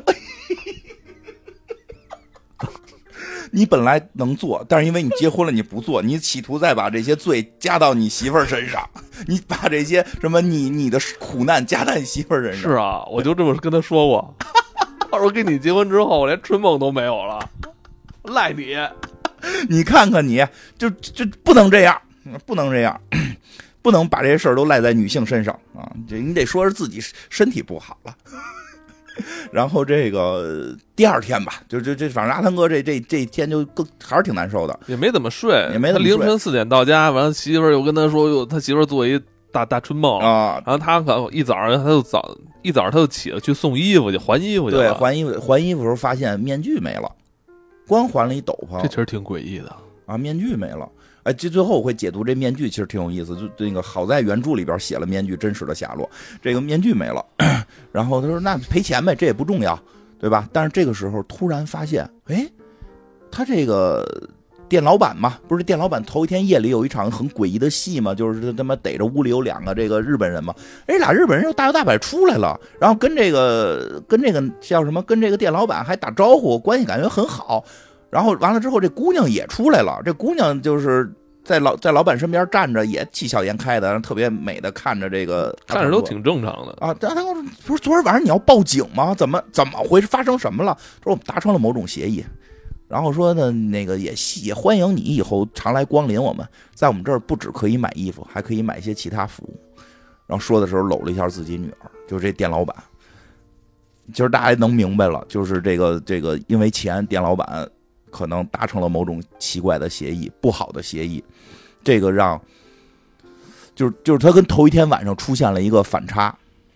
你本来能做，但是因为你结婚了，你不做，你企图再把这些罪加到你媳妇儿身上，你把这些什么你的苦难加在你媳妇儿身上。 是啊，我就这么跟他说过。他说跟你结婚之后，我连春梦都没有了，赖你。 你看看你，就不能这样，不能这样，不能把这些事儿都赖在女性身上啊！这你得说是自己身体不好了。然后这个第二天吧，就反正阿汤哥这一天就还是挺难受的， 也没怎么睡， 也没怎么睡。 凌晨4点到家，完了媳妇儿又跟他说，他媳妇儿做一大春梦啊， 然后他可一早他就起了去送衣服去还衣服去了。 对，还衣服的时候发现面具没了，光还了一斗篷， 这其实挺诡异的啊，面具没了。哎，这最后我会解读这面具，其实挺有意思。就那个好在原著里边写了面具真实的下落，这个面具没了。然后他说那赔钱呗，这也不重要，对吧？但是这个时候突然发现，哎，他这个店老板嘛，不是店老板头一天夜里有一场很诡异的戏嘛，就是他妈逮着屋里有2个这个日本人嘛，哎，俩日本人又大摇大摆出来了，然后跟这个叫什么，跟这个店老板还打招呼，关系感觉很好。然后完了之后，这姑娘也出来了。这姑娘就是在老板身边站着，也气笑颜开的，特别美的看着这个， 看着都挺正常的啊。他说不是昨天晚上你要报警吗？怎么回事？发生什么了？说我们达成了某种协议，然后说呢那个也欢迎你以后常来光临我们，在我们这儿不只可以买衣服，还可以买一些其他服务。然后说的时候搂了一下自己女儿，就是这店老板。其实大家能明白了，就是这个因为钱，店老板可能达成了某种奇怪的协议，不好的协议，这个让就是他跟头一天晚上出现了一个反差，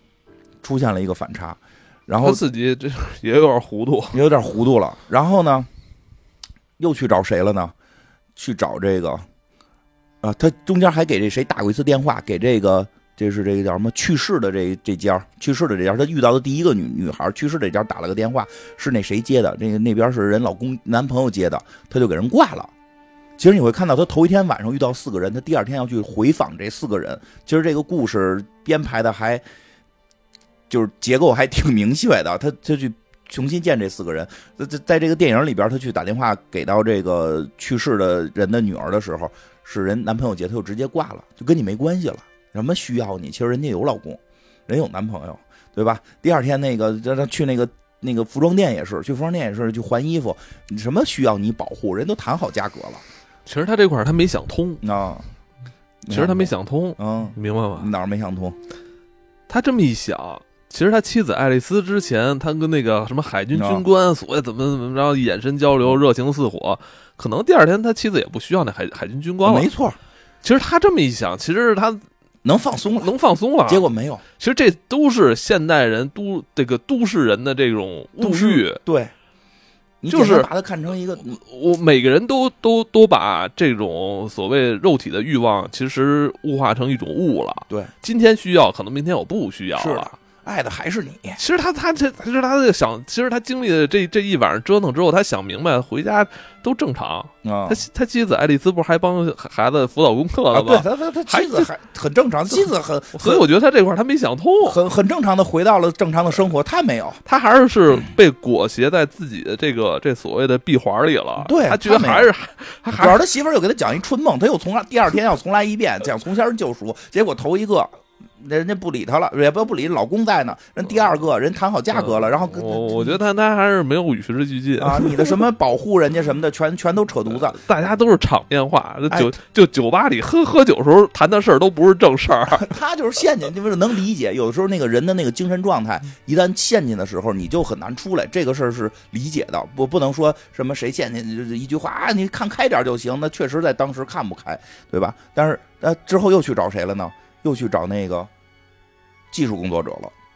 然后他自己这也有点糊涂， 了。然后呢，又去找谁了呢？去找这个他中间还给这谁打过一次电话，给这是这个叫什么去世的这家，他遇到的第一个女孩去世这家打了个电话，是那谁接的？那边是人老公男朋友接的，他就给人挂了。其实你会看到，他头一天晚上遇到4个人，他第二天要去回访这4个人。其实这个故事编排的还就是结构还挺明确的，他去重新见这4个人。在这个电影里边，他去打电话给到这个去世的人的女儿的时候，是人男朋友接，他就直接挂了，就跟你没关系了。什么需要你？其实人家有老公，人有男朋友，对吧？第二天那个去那个服装店也是，去还衣服，你什么需要你保护？人都谈好价格了。 其实他这块他没想通啊， 其实他没想通，明白吗？ 哪儿没想通？ 他这么一想，其实他妻子爱丽丝之前，他跟那个什么海军军官所谓怎么着眼神交流，热情似火，可能第二天他妻子也不需要那海军军官了。 没错， 其实他这么一想，其实他能放松了，结果没有。 其实这都是现代人这个都市人的这种物欲， 对， 就是把它看成一个， 我每个人都把这种所谓肉体的欲望，其实物化成一种物了。 对， 今天需要，可能明天我不需要了。 是的，爱的还是你。 其实他想，其实他经历了这一晚上折腾之后，他想明白，回家都正常啊。 他妻子爱丽丝不是还帮孩子辅导功课了吗？ 对，他妻子还很正常，妻子所以我觉得他这块他没想通， 很正常的回到了正常的生活。他没有， 他还是被裹挟在自己的这所谓的闭环里了。 对， 他觉得还是主要他媳妇儿又给他讲一春梦，他又第二天要重来一遍，讲从前救赎，结果头一个。人家不理他了，也不理，老公在呢。人第二个人谈好价格了，然后我觉得他还是没有与时俱进啊！你的什么保护人家什么的，全都扯犊子。 大家都是场面话，就酒吧里喝酒时候谈的事儿都不是正事儿。 他就是陷进，就是能理解。有的时候那个人的那个精神状态，一旦陷进的时候，你就很难出来。这个事儿是理解的，不能说什么谁陷进就是一句话啊，你看开点就行。那确实在当时看不开，对吧？但是之后又去找谁了呢？又去找那个技术工作者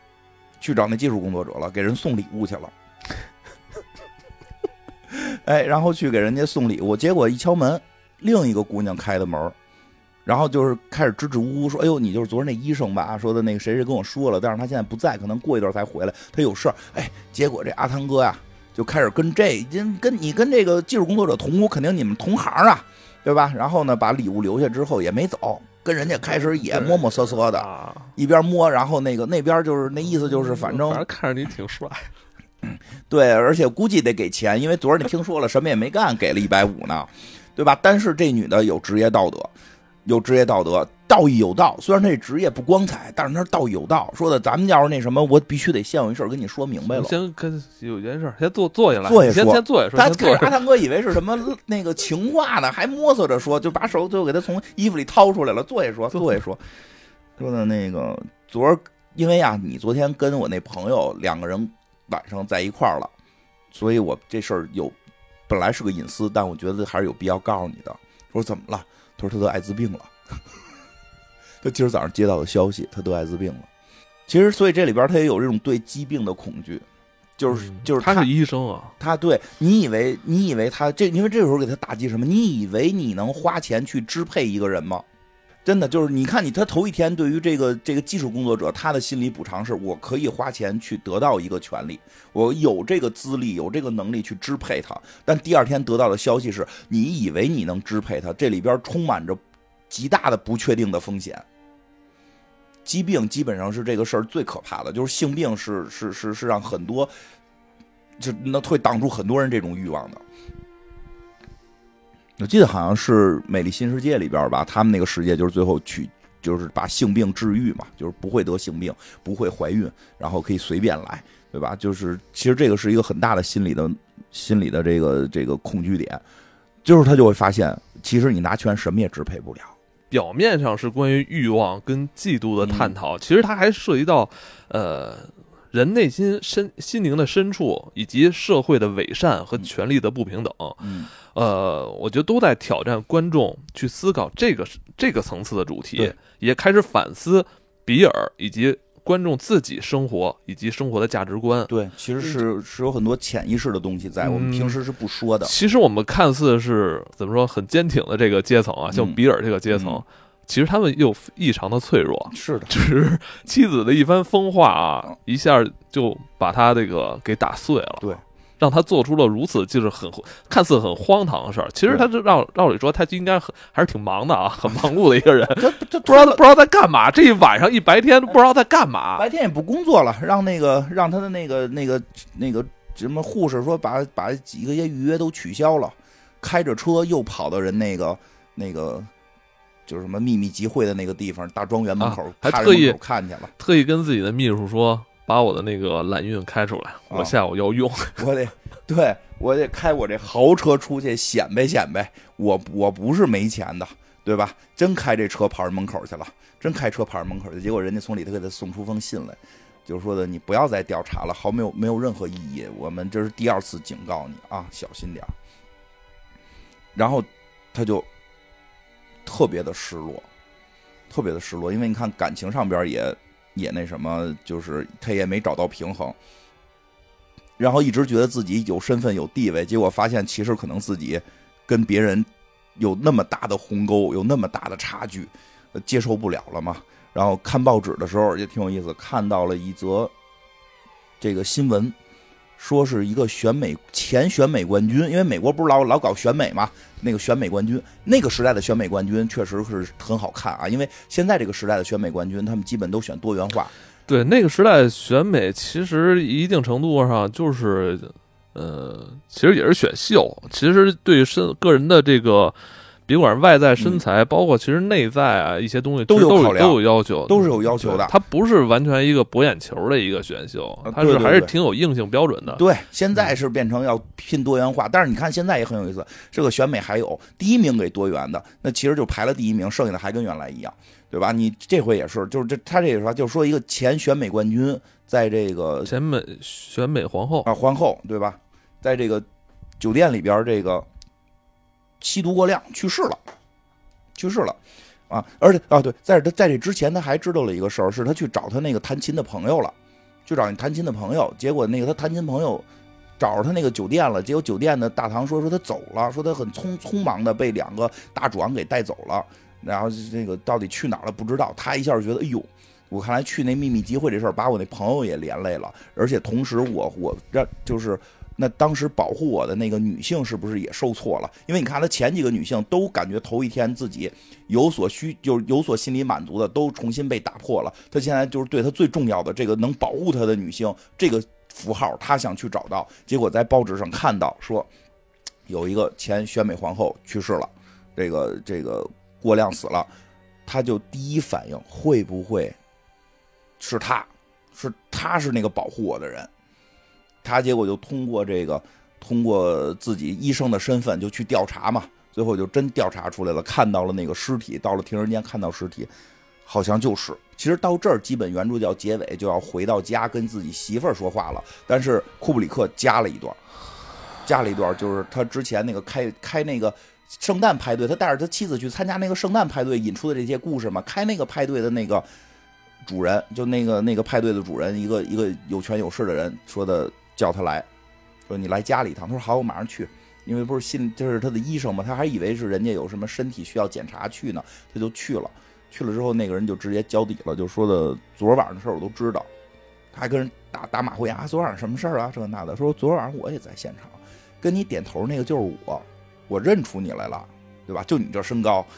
了，给人送礼物去了。哎，然后去给人家送礼物，结果一敲门，另一个姑娘开的门，然后就是开始支支吾吾说：“哎呦，你就是昨天那医生吧？说的那个谁跟我说了，但是他现在不在，可能过一段才回来，他有事儿。”哎，结果这阿汤哥呀，就开始跟你跟这个技术工作者同屋，肯定你们同行啊，对吧？然后呢，把礼物留下之后也没走。跟人家开始也摸摸索索的，一边摸，然后那边就是那意思就是反正看着你挺帅， 对，而且估计得给钱，因为昨儿你听说了什么也没干，给了150呢，对吧？但是这女的有职业道德， 道义有道，虽然他这职业不光彩，但是他是道义有道。说的咱们要是那什么，我必须得先有一事跟你说明白了。 先跟有件事先坐下来， 坐下说， 先坐下说。 他阿汤哥以为是什么那个情话呢，还摸索着说，就把手最后给他从衣服里掏出来了。坐下说，坐下说。说的那个因为啊，你昨天跟我那朋友2个人晚上在一块儿了，所以我这事儿本来是个隐私，但我觉得还是有必要告诉你的。说怎么了？他说他得艾滋病了。他今儿早上接到的消息，他得艾滋病了。其实，所以这里边他也有这种对疾病的恐惧，就是他是医生啊， 他对你以为他因为这时候给他打击什么？你以为你能花钱去支配一个人吗？真的就是你看他头一天对于这个技术工作者，他的心理补偿是我可以花钱去得到一个权利，我有这个资历，有这个能力去支配他。但第2天得到的消息是，你以为你能支配他，这里边充满着极大的不确定的风险。疾病基本上是这个事儿最可怕的，就是性病是让很多就那会挡住很多人这种欲望的。我记得好像是《美丽新世界》里边吧，他们那个世界就是最后就是把性病治愈嘛，就是不会得性病，不会怀孕，然后可以随便来，对吧？就是其实这个是一个很大的心理的这个恐惧点，就是他就会发现，其实你拿权什么也支配不了。 表面上是关于欲望跟嫉妒的探讨，其实它还涉及到人内心心灵的深处，以及社会的伪善和权力的不平等。我觉得都在挑战观众去思考这个层次的主题，也开始反思比尔以及观众自己生活以及生活的价值观。 对，其实是有很多潜意识的东西在，我们平时是不说的。 其实我们看似是怎么说很坚挺的这个阶层啊，像比尔这个阶层，其实他们又异常的脆弱。 是的， 就是妻子的一番疯话啊，一下就把他这个给打碎了。 对。 让他做出了如此就是看似很荒唐的事儿，其实他是让理说他应该还是挺忙的啊，很忙碌的一个人，不知道在干嘛，这一晚上一白天不知道在干嘛， 白天也不工作了，让他的那个什么护士说把几个预约都取消了，开着车又跑到人那个就是什么秘密集会的那个地方大庄园门口， 还特意看去了， 特意跟自己的秘书说。把我的那个揽运开出来，我下午要用。 我得开我这豪车出去显摆显摆，我不是没钱的，对吧？真开这车跑人门口去了，结果人家从里头给他送出封信来，就是说的你不要再调查了，没有任何意义，我们这是第2次警告你啊，小心点。然后他就特别的失落，因为你看感情上边也那什么，就是他也没找到平衡，然后一直觉得自己有身份有地位，结果发现其实可能自己跟别人有那么大的鸿沟，有那么大的差距，接受不了了嘛。然后看报纸的时候也挺有意思，看到了一则这个新闻，说是一个前选美冠军，因为美国不是老搞选美嘛，那个选美冠军，那个时代的选美冠军确实是很好看啊，因为现在这个时代的选美冠军他们基本都选多元化。 对，那个时代选美其实一定程度上就是其实也是选秀，其实对个人的这个别管是外在身材，包括其实内在啊一些东西都有考量， 都有要求， 都是有要求的。 它不是完全一个博眼球的一个选秀，它是还是挺有硬性标准的。 对，现在是变成要拼多元化，但是你看现在也很有意思，这个选美还有第1名给多元的，那其实就排了第1名，剩下的还跟原来一样，对吧？你这回也是，就是他这也是就是说一个前选美冠军在这个选美皇后啊皇后，对吧？在这个酒店里边这个。吸毒过量去世了啊！而且对，在这之前他还知道了一个事儿，是他去找他那个弹琴的朋友了，结果那个他弹琴朋友找着他那个酒店了，结果酒店的大堂说他走了，说他很匆忙的被2个大壮给带走了，然后这个到底去哪儿了不知道，他一下觉得哎呦，我看来去那秘密集会这事儿把我那朋友也连累了，而且同时我让就是。那当时保护我的那个女性是不是也受挫了？因为你看她前几个女性都感觉头一天自己就是有所心理满足的，都重新被打破了。她现在就是对她最重要的这个能保护她的女性这个符号，她想去找到。结果在报纸上看到说，有一个前选美皇后去世了，这个过量死了。 他就第一反应会不会是他是那个保护我的人，他结果就通过自己医生的身份就去调查嘛，最后就真调查出来了，看到了那个尸体，到了停尸间看到尸体，好像就是。其实到这儿基本原著叫结尾，就要回到家跟自己媳妇儿说话了，但是库布里克加了一段，就是他之前那个开那个圣诞派对，他带着他妻子去参加那个圣诞派对引出的这些故事嘛，开那个派对的那个主人，就那个派对的主人，一个有权有势的人说的，叫他来，说你来家里一趟，他说好，我马上去。因为不是就是他的医生嘛，他还以为是人家有什么身体需要检查去呢，他就去了。去了之后，那个人就直接交底了，就说的昨晚的事我都知道。他还跟人打马虎眼啊，昨晚什么事儿啊，这个那的。说昨晚我也在现场，跟你点头那个就是我认出你来了，对吧？就你这身高，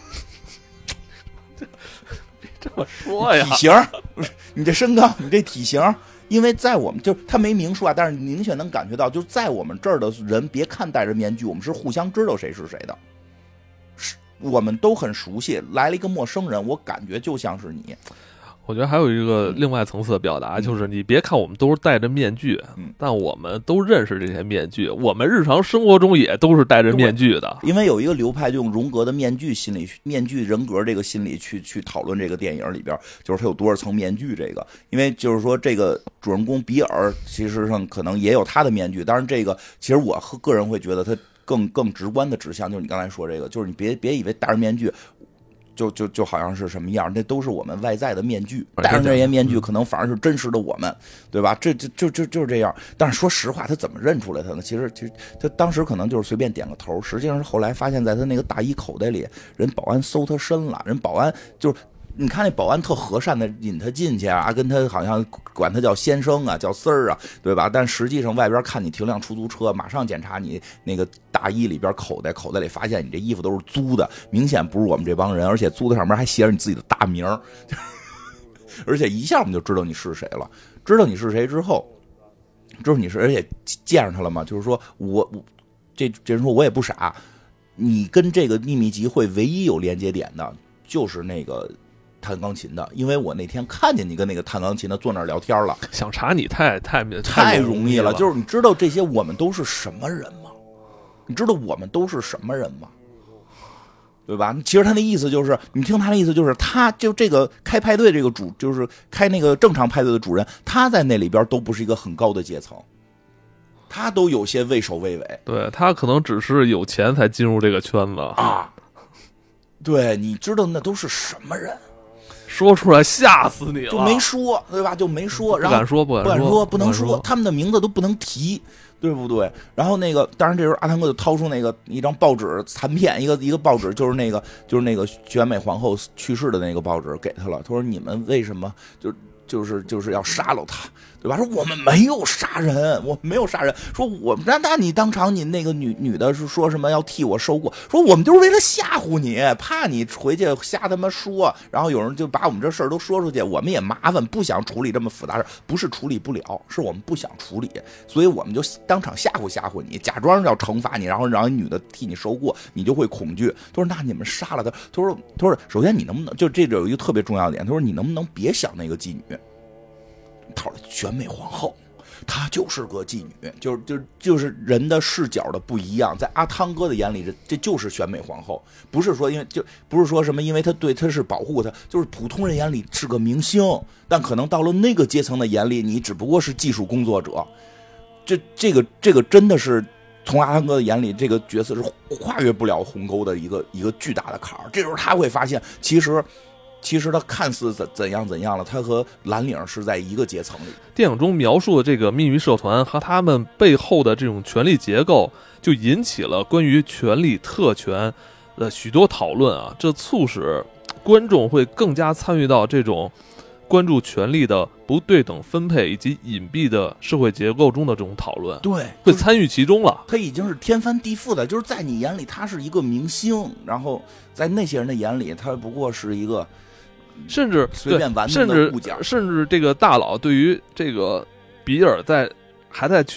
这么说呀？ 体型不是你这身高，你这体型。因为在我们就他没明说啊，但是你明显能感觉到，就在我们这儿的人，别看戴着面具，我们是互相知道谁是谁的，是我们都很熟悉。来了一个陌生人，我感觉就像是你。 我觉得还有一个另外层次的表达，就是你别看我们都是戴着面具，但我们都认识这些面具，我们日常生活中也都是戴着面具的。 因为有一个流派就用荣格的面具人格这个心理去讨论这个电影里边，就是他有多少层面具这个。因为就是说这个主人公比尔其实上可能也有他的面具，当然这个其实我个人会觉得他更直观的指向就是你刚才说这个，就是你别以为戴着面具就好像是什么样，这都是我们外在的面具，戴上这些面具可能反而是真实的我们，对吧？就是这样。但是说实话，他怎么认出来他呢？其实他当时可能就是随便点个头，实际上是后来发现在他那个大衣口袋里，人保安搜他身了，人保安就是。你看那保安特和善的引他进去啊，跟他好像管他叫先生啊，叫Sir啊，对吧？但实际上外边看你停辆出租车，马上检查你那个大衣里边口袋里发现你这衣服都是租的，明显不是我们这帮人，而且租的上面还写着你自己的大名，而且一下我们就知道你是谁了。知道你是谁之后，而且见上他了嘛，就是说这人说我也不傻，你跟这个秘密集会唯一有连接点的就是那个。弹钢琴的，因为我那天看见你跟那个弹钢琴的坐那儿聊天了， 想查你太容易了。就是你知道这些我们都是什么人吗？你知道我们都是什么人吗？对吧？其实他那意思就是，你听他的意思就是，他就这个开派对这个就是开那个正常派对的主人，他在那里边都不是一个很高的阶层，他都有些畏首畏尾。 对，他可能只是有钱才进入这个圈子啊。对，你知道那都是什么人？ 说出来吓死你了， 就没说，对吧？就没说，然后不敢说， 不能说，他们的名字都不能提，对不对？然后那个，当然这时候阿汤哥就掏出那个一张报纸残片，一个报纸，就是那个选美皇后去世的那个报纸给他了。他说：“你们为什么就是要杀了他，对吧？说我们没有杀人，我们没有杀人。说我们那你当场你那个女的是说什么要替我收过？说我们就是为了吓唬你，怕你回去瞎他妈说，然后有人就把我们这事儿都说出去，我们也麻烦，不想处理这么复杂事，不是处理不了，是我们不想处理，所以我们就当场吓唬你，假装要惩罚你，然后让女的替你收过，你就会恐惧。他说那你们杀了他，他说首先你能不能就这有一个特别重要的点，他说你能不能别想那个妓女。讨论选美皇后，她就是个妓女，就是人的视角的不一样，在阿汤哥的眼里，这就是选美皇后，不是说不是说什么，因为他是保护她，就是普通人眼里是个明星，但可能到了那个阶层的眼里，你只不过是技术工作者，这个真的是从阿汤哥的眼里，这个角色是跨越不了鸿沟的一个巨大的坎儿。这时候他会发现，其实他看似怎样了，他和蓝领是在一个阶层里。 电影中描述的这个秘密社团和他们背后的这种权力结构，就引起了关于权力特权的许多讨论啊，这促使观众会更加参与到这种关注权力的不对等分配以及隐蔽的社会结构中的这种讨论， 对， 会参与其中了。 他已经是天翻地覆的，就是在你眼里他是一个明星，然后在那些人的眼里，他不过是一个。 甚至随便玩弄的物件， 甚至这个大佬对于这个比尔还在去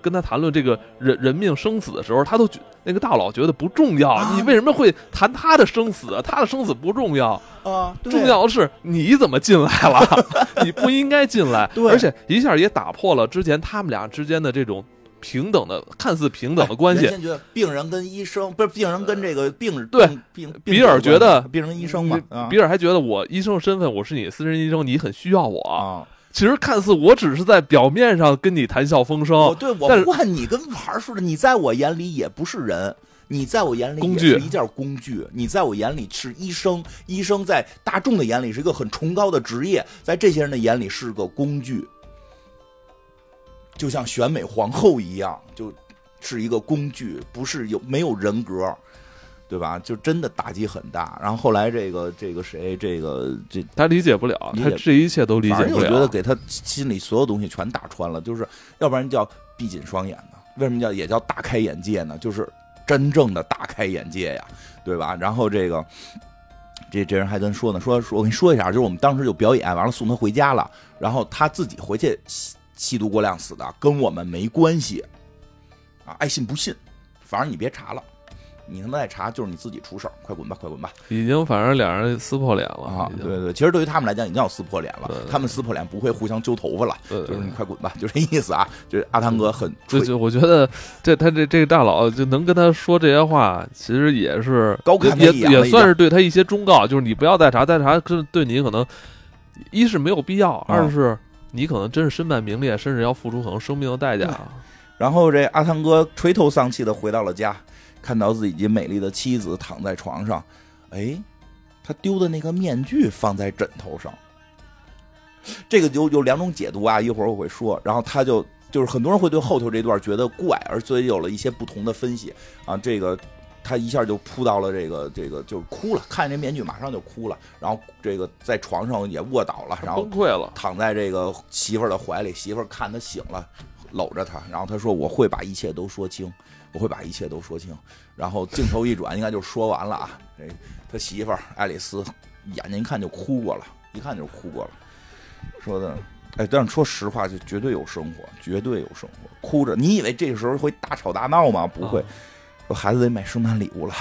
跟他谈论这个人命生死的时候，他都那个大佬觉得不重要，你为什么会谈他的生死？他的生死不重要啊， 重要的是你怎么进来了，你不应该进来，而且一下也打破了之前他们俩之间的这种平等的看似平等的关系。 原先觉得病人跟医生不是病人跟这个对比尔觉得病人跟医生嘛， 比尔还觉得我医生的身份我是你私人医生，你很需要我啊。 其实看似我只是在表面上跟你谈笑风生， 我换你跟玩似的，你在我眼里也不是人，你在我眼里也是一件工具，你在我眼里是医生，医生在大众的眼里是一个很崇高的职业，在这些人的眼里是个工具，就像选美皇后一样，就是一个工具，不是没有人格。对吧？就真的打击很大。然后后来这个谁， 他理解不了，他这一切都理解不了。 我觉得给他心里所有东西全打穿了，就是要不然叫闭紧双眼呢？为什么也叫大开眼界呢？就是真正的大开眼界呀，对吧？然后这人还跟说呢，说我跟你说一下，就是我们当时就表演完了送他回家了，然后他自己回去吸毒过量死的，跟我们没关系啊，爱信不信，反正你别查了。你他妈再查就是你自己出事儿，快滚吧，快滚吧！ 已经反正两人撕破脸了啊！对，其实对于他们来讲已经要撕破脸了，他们撕破脸不会互相揪头发了，就是你快滚吧，就这意思啊！就是阿汤哥很， 就我觉得这个大佬就能跟他说这些话，其实也是高看他一眼， 也算是对他一些忠告，就是你不要再查，对你可能一是没有必要，二是你可能真是身败名裂，甚至要付出可能生命的代价。 然后这阿汤哥垂头丧气的回到了家。看到自己美丽的妻子躺在床上，哎，他丢的那个面具放在枕头上，这个有两种解读啊，一会儿我会说。然后他就是很多人会对后头这段觉得怪，所以有了一些不同的分析啊。这个他一下就扑到了这个就是哭了，看见这面具马上就哭了，然后这个在床上也卧倒了，然后崩溃了， 躺在这个媳妇儿的怀里，媳妇儿看他醒了，搂着他，然后他说我会把一切都说清。我会把一切都说清，然后镜头一转，应该就说完了啊。他媳妇儿爱丽丝眼睛一看就哭过了，一看就哭过了。说的，哎，但是说实话，就绝对有生活，绝对有生活。哭着，你以为这个时候会大吵大闹吗？不会。说孩子得买圣诞礼物了。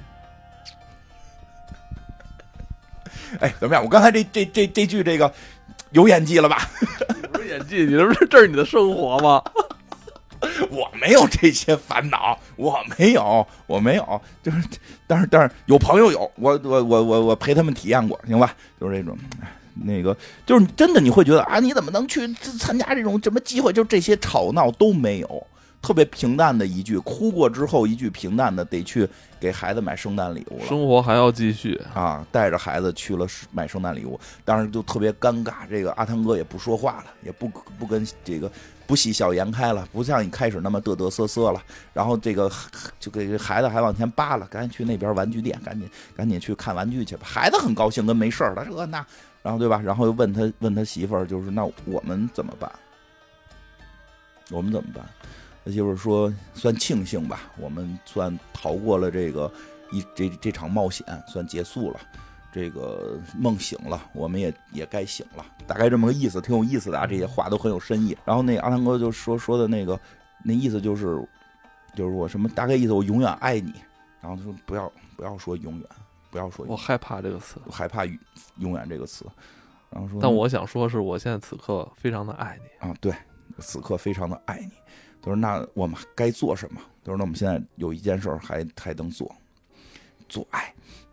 哎，怎么样？我刚才这句这个有演技了吧？ 不是演技，你这是你的生活吗？ 我没有这些烦恼，我没有，就是，但是有朋友有，我陪他们体验过，行吧？就是这种，那个就是真的，你会觉得啊，你怎么能去参加这种什么机会？就这些吵闹都没有，特别平淡的一句，哭过之后一句平淡的，得去给孩子买圣诞礼物了， 生活还要继续啊！带着孩子去了买圣诞礼物，当时就特别尴尬，这个阿汤哥也不说话了，也不跟这个。不喜笑颜开了，不像你开始那么嘚嘚瑟瑟了。然后这个就给孩子还往前扒了，赶紧去那边玩具店，赶紧去看玩具去吧。孩子很高兴，跟没事了，这那，然后对吧？然后又问他媳妇儿，就是那我们怎么办？我们怎么办？他媳妇儿说，算庆幸吧，我们算逃过了这场冒险，算结束了。这个梦醒了，我们也该醒了，大概这么个意思，挺有意思的啊，这些话都很有深意。然后那阿汤哥就说的那意思就是我什么大概意思，我永远爱你。然后他说不要说永远，不要说永远， 我害怕这个词， 我害怕永远这个词。然后说， 但我想说是我现在此刻非常的爱你啊，对，此刻非常的爱你。他说那我们该做什么？他说那我们现在有一件事还能做爱。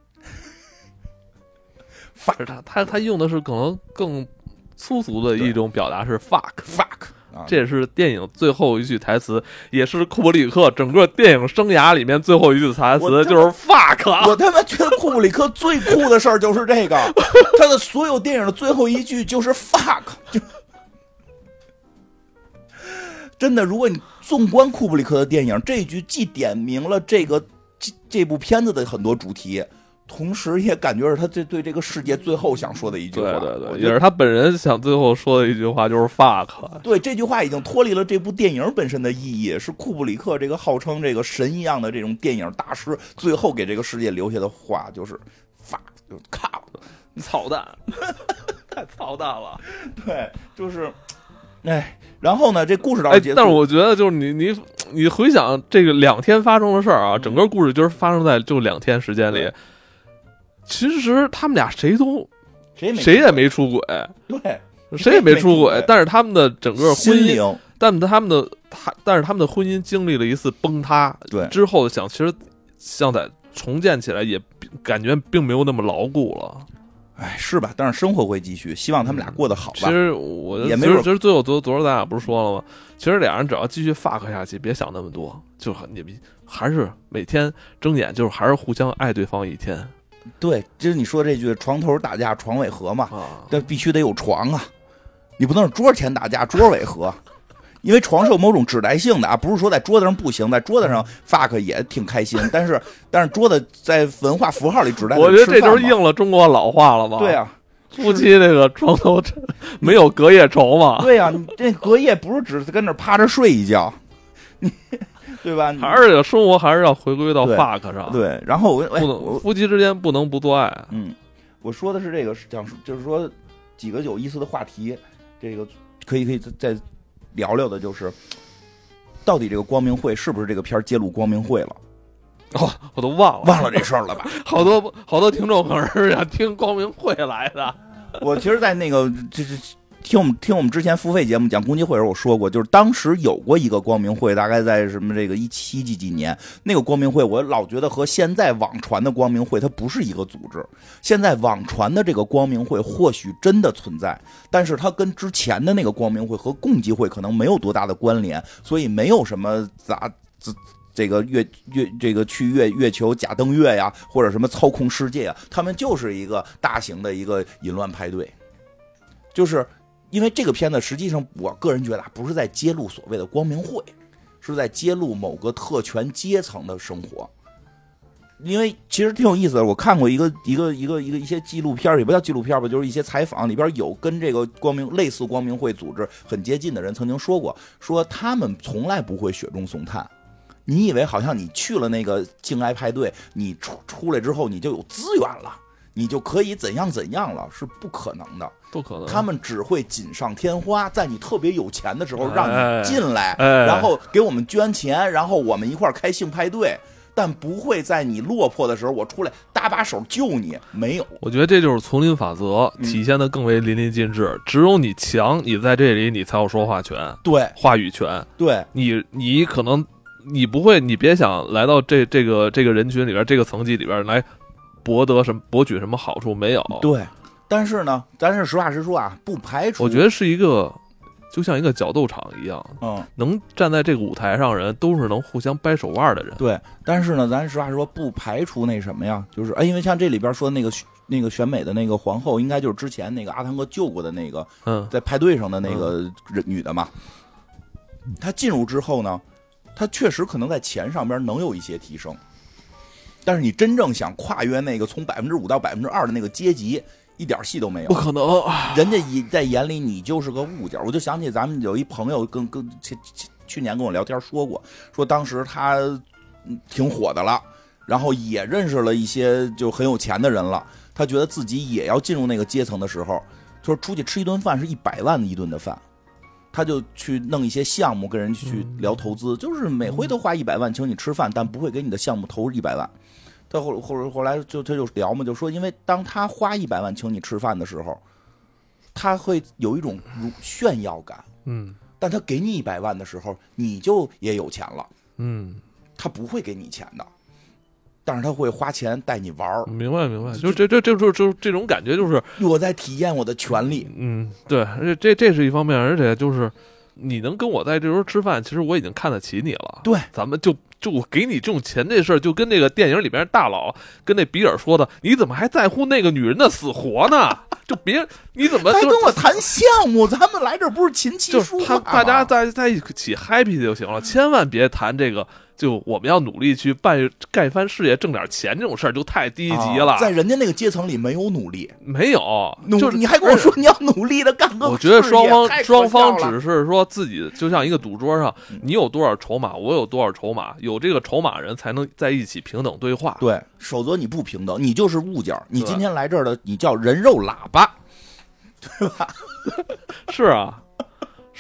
是他用的是可能更粗俗的一种表达是 fuck， 这也是电影最后一句台词，也是库布里克整个电影生涯里面最后一句台词就是 fuck。 我他妈觉得库布里克最酷的事儿就是这个，他的所有电影的最后一句就是 fuck。真的，如果你纵观库布里克的电影，这一句既点明了这部片子的很多主题。同时也感觉是他对这个世界最后想说的一句话， 对，也是他本人想最后说的一句话，就是 fuck。 对，这句话已经脱离了这部电影本身的意义，是库布里克这个号称这个神一样的这种电影大师，最后给这个世界留下的话就是 fuck， 就是靠， 操蛋，太操蛋了。 对，就是哎，然后呢，这故事到结束， 但是我觉得就是你回想这个2天发生的事儿啊，整个故事就是发生在就2天时间里，其实他们俩谁也没出轨， 对， 谁也没出轨，但是他们的整个婚姻，但是他们的婚姻经历了一次崩塌， 对， 之后其实像在重建起来也感觉并没有那么牢固了。 哎，是吧？但是生活会继续，希望他们俩过得好吧。 其实我也没有， 其实最后昨儿咱俩不是说了吗？其实俩人只要继续 fuck 下去，别想那么多，就你们还是每天睁眼，就是还是互相爱对方一天。 对，就是你说这句床头打架床尾和嘛，但必须得有床啊，你不能是桌前打架桌尾和。因为床是有某种指代性的啊，不是说在桌子上不行，在桌子上 fuck 也挺开心，但是桌子在文化符号里指代的， 我觉得这就是应了中国老话了吧？ 对啊， 夫妻那个床头没有隔夜仇嘛？ 对啊，你这隔夜不是只跟那趴着睡一觉，你对吧？ 还是有生活，还是要回归到 fuck 上。 对，然后夫妻之间不能不做爱。 我说的是这个，就是说几个有意思的话题，这个可以再聊聊的，就是到底这个光明会是不是这个片揭露光明会了？ 我都忘了这事儿了吧？ 好多听众可能是想听光明会来的。 我其实，在那个听我们之前付费节目讲共济会的时候，我说过，就是当时有过一个光明会，大概在什么这个17几年，那个光明会，我老觉得和现在网传的光明会它不是一个组织。现在网传的这个光明会或许真的存在，但是它跟之前的那个光明会和共济会可能没有多大的关联，所以没有什么这个去月球假登月呀，或者什么操控世界啊，他们就是一个大型的一个淫乱派对，就是因为这个片子实际上我个人觉得不是在揭露所谓的光明会，是在揭露某个特权阶层的生活。因为其实挺有意思的，我看过一些纪录片，也不叫纪录片吧，就是一些采访里边有跟这个类似光明会组织很接近的人曾经说过，说他们从来不会雪中送炭。你以为好像你去了那个性爱派对，你出来之后你就有资源了，你就可以怎样了，是不可能的。 不可能， 他们只会锦上添花，在你特别有钱的时候让你进来，然后给我们捐钱，然后我们一块开性派对，但不会在你落魄的时候我出来搭把手救你，没有。 我觉得这就是丛林法则体现的更为淋漓尽致，只有你强，你在这里你才有说话权， 对， 话语权。 对， 你可能你不会，你别想来到这个人群里边，这个层级里边来博取什么好处，没有。 对，但是呢，咱是实话实说啊，不排除。 我觉得是一个，就像一个角斗场一样，能站在这个舞台上人都是能互相掰手腕的人。 对，但是呢，咱实话实说，不排除那什么呀，就是因为像这里边说的那个选美的那个皇后，应该就是之前那个阿汤哥救过的那个，在派对上的那个女的嘛。她进入之后呢，她确实可能在钱上边能有一些提升，但是你真正想跨越那个从5%到2%的那个阶级，一点戏都没有， 不可能。 人家在眼里你就是个物件。我就想起咱们有一朋友跟去年跟我聊天说过，说当时他挺火的了，然后也认识了一些就很有钱的人了，他觉得自己也要进入那个阶层的时候，就是出去吃一顿饭是100万一顿的饭，他就去弄一些项目跟人去聊投资，就是每回都花100万请你吃饭，但不会给你的项目投100万。他后来他就聊嘛，就说因为当他花100万请你吃饭的时候，他会有一种炫耀感，但他给你100万的时候，你就也有钱了，他不会给你钱的，但是他会花钱带你玩。 明白，就这种感觉，就是我在体验我的权利。 对，这是一方面，而且就是你能跟我在这时候吃饭，其实我已经看得起你了。 对， 咱们就我给你这种钱这事儿，就跟那个电影里边大佬跟那比尔说的，你怎么还在乎那个女人的死活呢？就别你怎么还跟我谈项目？咱们来这不是琴棋书画吗？ 大家在一起 happy 就行了，千万别谈这个。就我们要努力去干一番事业，挣点钱，这种事儿就太低级了。 在人家那个阶层里没有努力， 没有， 就是你还跟我说你要努力的干个事业。 我觉得双方只是说自己就像一个赌桌上，你有多少筹码，我有多少筹码，有这个筹码人才能在一起平等对话。 对，否则你不平等，你就是物件。你今天来这儿的，你叫人肉喇叭，对吧？ 是啊。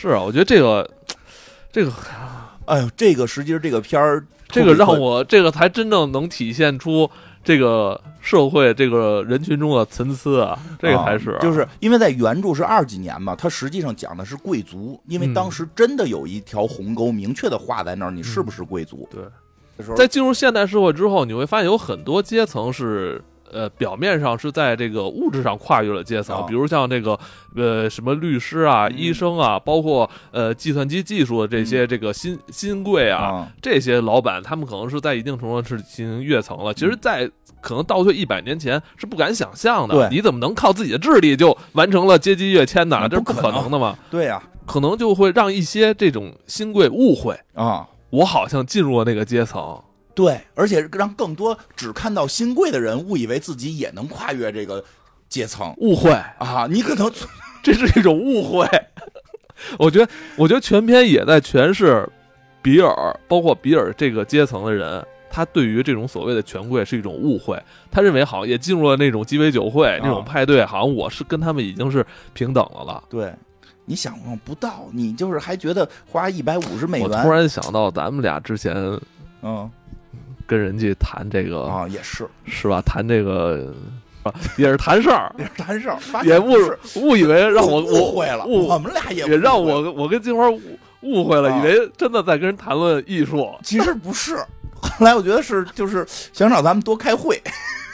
是啊，我觉得这个， 哎呦，这个实际上这个片儿， 这个让我这个才真正能体现出这个社会这个人群中的参差啊，这个才是、 就是因为在原著是20几年嘛，它实际上讲的是贵族，因为当时真的有一条鸿沟明确的画在那儿，你是不是贵族？ 对。在进入现代社会之后，你会发现有很多阶层是表面上是在这个物质上跨越了阶层，比如像这个什么律师啊、医生啊，包括计算机技术的这些这个新贵啊，这些老板，他们可能是在一定程度上是进行跃层了。其实，在可能倒退100年前是不敢想象的，你怎么能靠自己的智力就完成了阶级跃迁呢？这是不可能的嘛？ 对呀， 可能就会让一些这种新贵误会啊。 我好像进入了那个阶层， 对，而且让更多只看到新贵的人误以为自己也能跨越这个阶层， 误会啊！你可能这是一种误会。我觉得全篇也在诠释比尔，包括比尔这个阶层的人，他对于这种所谓的权贵是一种误会，他认为好像也进入了那种鸡尾酒会、那种派对，好像我是跟他们已经是平等了。 对。你想象不到，你就是还觉得花$150， 我突然想到咱们俩之前，跟人家谈这个啊，也是吧？谈这个也是谈事儿，也误以为让我误会了，我们俩也让我跟金花误会了，以为真的在跟人谈论艺术， 其实不是。后来我觉得就是想找咱们多开会。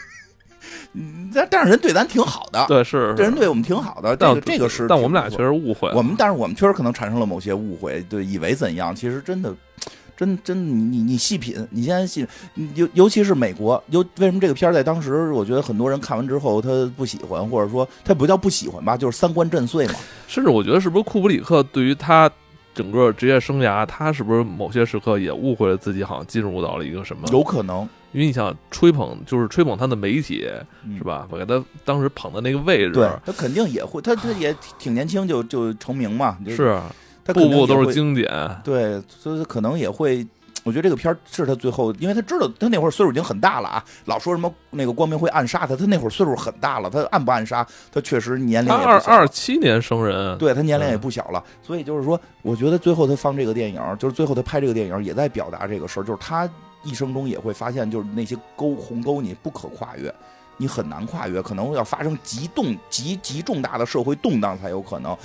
但是人对咱挺好的， 对，是这人对我们挺好的，这个是。 但我们俩确实误会了， 但是我们确实可能产生了某些误会，对，以为怎样，其实真的，你细品，你现在细品，尤其是美国，为什么这个片在当时，我觉得很多人看完之后他不喜欢，或者说他不叫不喜欢吧，就是三观震碎嘛。 甚至我觉得是不是库布里克对于他整个职业生涯，他是不是某些时刻也误会了自己，好像进入到了一个什么？ 有可能。 因为你想吹捧他的媒体，是吧？把他当时捧的那个位置， 对，他肯定也会，他也挺年轻就成名嘛， 是， 他步步都是经典， 对，所以他可能也会。我觉得这个片是他最后，因为他知道他那会儿岁数已经很大了啊，老说什么那个光明会暗杀他，他那会儿岁数很大了，他暗不暗杀，他确实年龄也不小了 ，27年生人， 对他年龄也不小了，所以就是说，我觉得最后他放这个电影，就是最后他拍这个电影也在表达这个事儿，就是他一生中也会发现，就是那些鸿沟你不可跨越，你很难跨越，可能要发生极重大的社会动荡才有可能。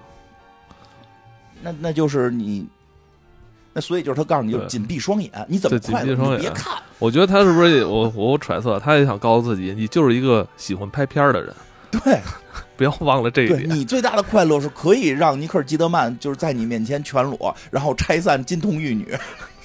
那就是你。那所以就是他告诉你，就紧闭双眼，你怎么快乐？你别看。 我觉得他是不是我揣测，他也想告诉自己，你就是一个喜欢拍片的人。 对， 不要忘了这一点。 你最大的快乐是可以让尼克尔基德曼就是在你面前全裸，然后拆散金童玉女。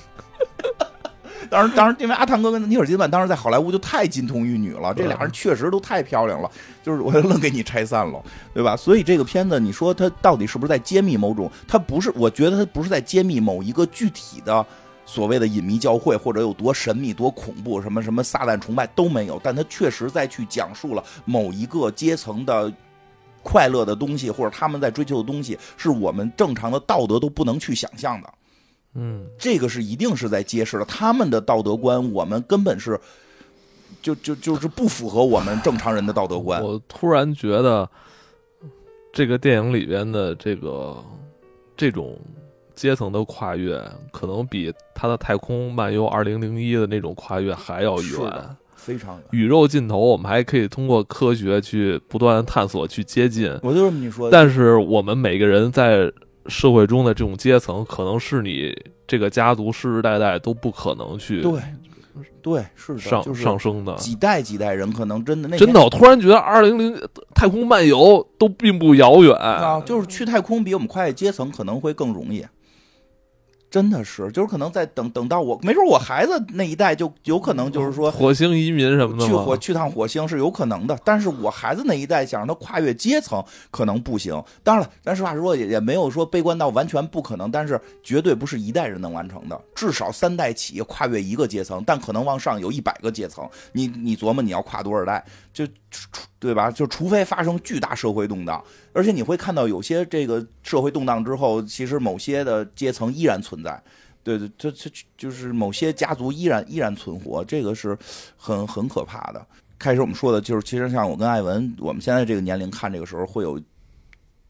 当然，因为阿汤哥跟尼克尔基德曼当时在好莱坞就太金童玉女了，这俩人确实都太漂亮了，就是我愣给你拆散了，对吧？所以这个片子，你说它到底是不是在揭秘某种？它不是，我觉得它不是在揭秘某一个具体的所谓的隐秘教会，或者有多神秘、多恐怖，什么撒旦崇拜都没有，但它确实在去讲述了某一个阶层的快乐的东西，或者他们在追求的东西，是我们正常的道德都不能去想象的。这个是一定是在揭示了他们的道德观，我们根本是就是不符合我们正常人的道德观。 我突然觉得，这个电影里边的这种阶层的跨越，可能比他的《太空漫游2001》的那种跨越还要远， 非常远。 宇宙尽头，我们还可以通过科学去不断探索、去接近。 我就这么你说， 但是我们每个人在社会中的这种阶层，可能是你这个家族世世代代都不可能去对是的上升的， 几代人可能真的我突然觉得2001太空漫游都并不遥远啊， 就是去太空比我们跨越阶层可能会更容易。真的是，就是可能在等到我，没准我孩子那一代就有可能就是说火星移民什么的去趟火星是有可能的，但是我孩子那一代想让他跨越阶层可能不行。当然了，咱实话实说也没有说悲观到完全不可能，但是绝对不是一代人能完成的，至少3代起跨越一个阶层，但可能往上有100个阶层，你琢磨你要跨多少代，就对吧？就除非发生巨大社会动荡，而且你会看到有些这个社会动荡之后，其实某些的阶层依然存在，对，这就是某些家族依然存活，这个是很可怕的。开始我们说的就是，其实像我跟艾文，我们现在这个年龄看这个时候会有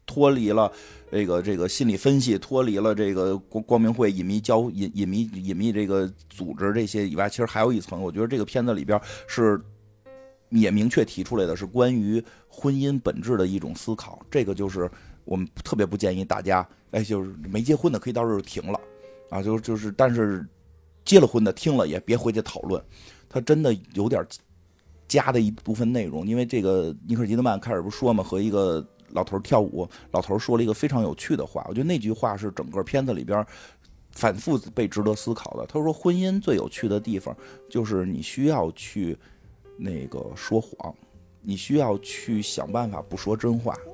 脱离了这个心理分析，脱离了这个光明会隐秘这个组织这些以外，其实还有一层，我觉得这个片子里边是也明确提出来的是关于婚姻本质的一种思考。这个就是我们特别不建议大家，就是没结婚的可以到这儿停了啊，就是但是结了婚的听了也别回去讨论，他真的有点加的一部分内容。因为这个尼克尔基德曼开始不说嘛，和一个老头跳舞，老头说了一个非常有趣的话，我觉得那句话是整个片子里边反复被值得思考的。他说婚姻最有趣的地方就是你需要去那个说谎，你需要去想办法不说真话。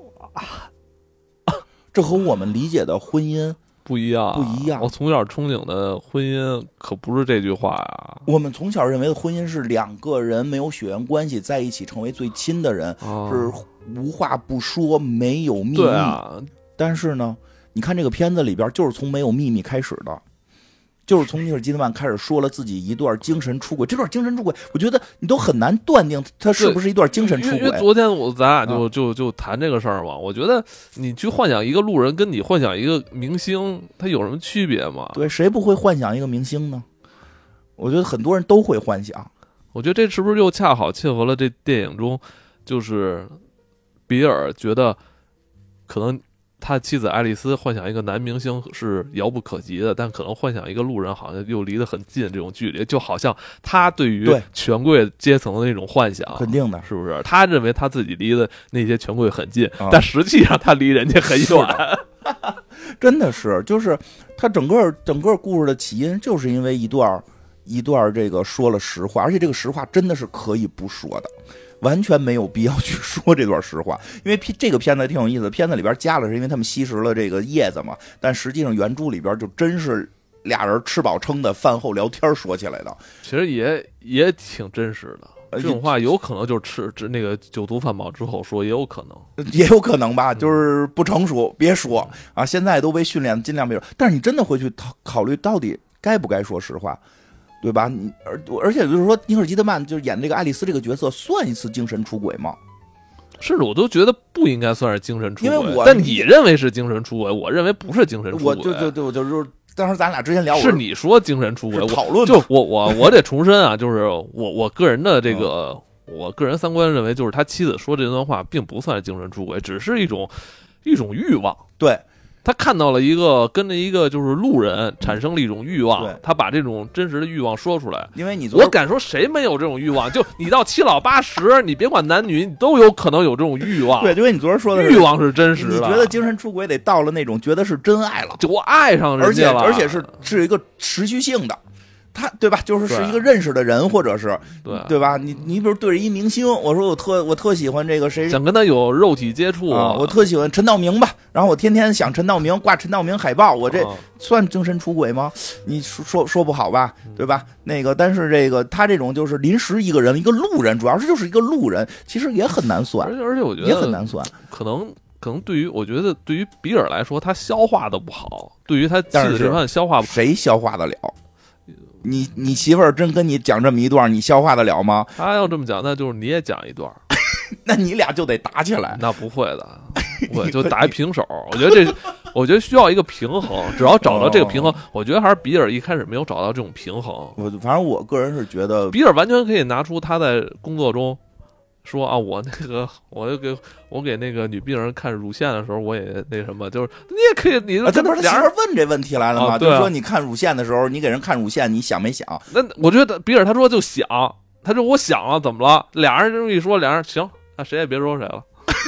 这和我们理解的婚姻不一样， 不一样。 我从小憧憬的婚姻可不是这句话呀。 我们从小认为的婚姻是两个人没有血缘关系在一起成为最亲的人，是无话不说，没有秘密。 对啊， 但是呢，你看这个片子里边，就是从没有秘密开始的，就是从尼克基德曼开始说了自己一段精神出轨。这段精神出轨，我觉得你都很难断定他是不是一段精神出轨。 因为昨天咱俩就谈这个事儿嘛，我觉得你去幻想一个路人，跟你幻想一个明星，他有什么区别吗？ 对，谁不会幻想一个明星呢？我觉得很多人都会幻想。 我觉得这是不是又恰好切合了这电影中，就是比尔觉得可能他妻子爱丽丝幻想一个男明星是遥不可及的，但可能幻想一个路人好像又离得很近，这种距离就好像他对于权贵阶层的那种幻想， 肯定的， 是不是？他认为他自己离的那些权贵很近，但实际上他离人家很远。 真的是，就是他整个故事的起因，就是因为一段这个说了实话，而且这个实话真的是可以不说的。完全没有必要去说这段实话，因为这个片子挺有意思的。片子里边加了是因为他们吸食了这个叶子嘛，但实际上原著里边就真是俩人吃饱撑的饭后聊天说起来的。 其实也挺真实的，这种话有可能就是吃那个酒足饭饱之后说，也有可能吧，就是不成熟别说啊。现在都被训练尽量别说，但是你真的会去考虑到底该不该说实话。对吧？而且就是说，尼克基德曼就是演这个爱丽丝这个角色，算一次精神出轨吗？ 甚至我都觉得不应该算是精神出轨， 因为但你认为是精神出轨，我认为不是精神出轨。 我就是当时咱俩之前聊， 是你说精神出轨， 讨论就我得重申啊，就是我个人的这个我个人三观认为，就是他妻子说这段话并不算是精神出轨，只是一种欲望。 对。 他看到了跟着一个就是路人产生了一种欲望，他把这种真实的欲望说出来。 因为我敢说谁没有这种欲望？就你到七老八十，你别管男女，你都有可能有这种欲望。 对，因为你昨天说的欲望是真实的。 你觉得精神出轨得到了那种觉得是真爱了， 就我爱上人家了， 而且是一个持续性的。他对吧？就是一个认识的人，或者是对吧？你比如对着一明星，我说我特喜欢这个谁， 想跟他有肉体接触啊，我特喜欢陈道明吧，然后我天天想陈道明，挂陈道明海报，我这算精神出轨吗？你说不好吧，对吧？那个，但是这个他这种就是临时一个人，一个路人，主要是就是一个路人，其实也很难算， 而且我觉得也很难算， 可能我觉得对于比尔来说，他消化的不好，对于他妻子这番消化， 谁消化得了？你媳妇儿真跟你讲这么一段，你消化得了吗？ 他要这么讲，那就是你也讲一段， 那你俩就得打起来。 那不会的，我就打一平手。我觉得需要一个平衡，只要找到这个平衡，我觉得还是比尔一开始没有找到这种平衡。 反正我个人是觉得， 比尔完全可以拿出他在工作中。说啊，我给那个女病人看乳腺的时候，我也那什么，就是你也可以，你这不是俩人问这问题来了吗？就是说你看乳腺的时候，你给人看乳腺，你想没想？ 那我觉得比尔他说就想，他说我想了，怎么了？俩人这么一说，俩人行，那谁也别说谁了。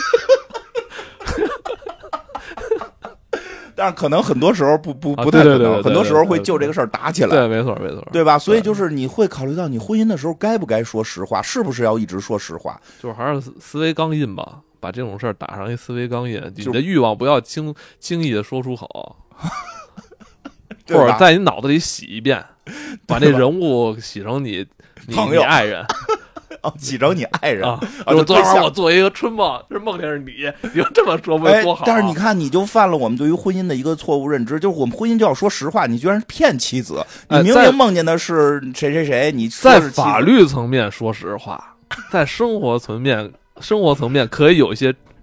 但是可能很多时候不太可能，很多时候会就这个事儿打起来。 对，没错， 对吧？所以就是你会考虑到你婚姻的时候该不该说实话，是不是要一直说实话？ 就是还是思维钢印吧，把这种事儿打上一思维钢印，你的欲望不要轻易的说出口，或者在你脑子里洗一遍，把那人物洗成你爱人。 哦，洗成你爱人啊！ 我昨晚我做一个春梦，这梦见是你就这么说会多好。 但是你看，你就犯了我们对于婚姻的一个错误认知，就是我们婚姻就要说实话，你居然骗妻子，你明明梦见的是谁，你在法律层面说实话，在生活层面可以有一些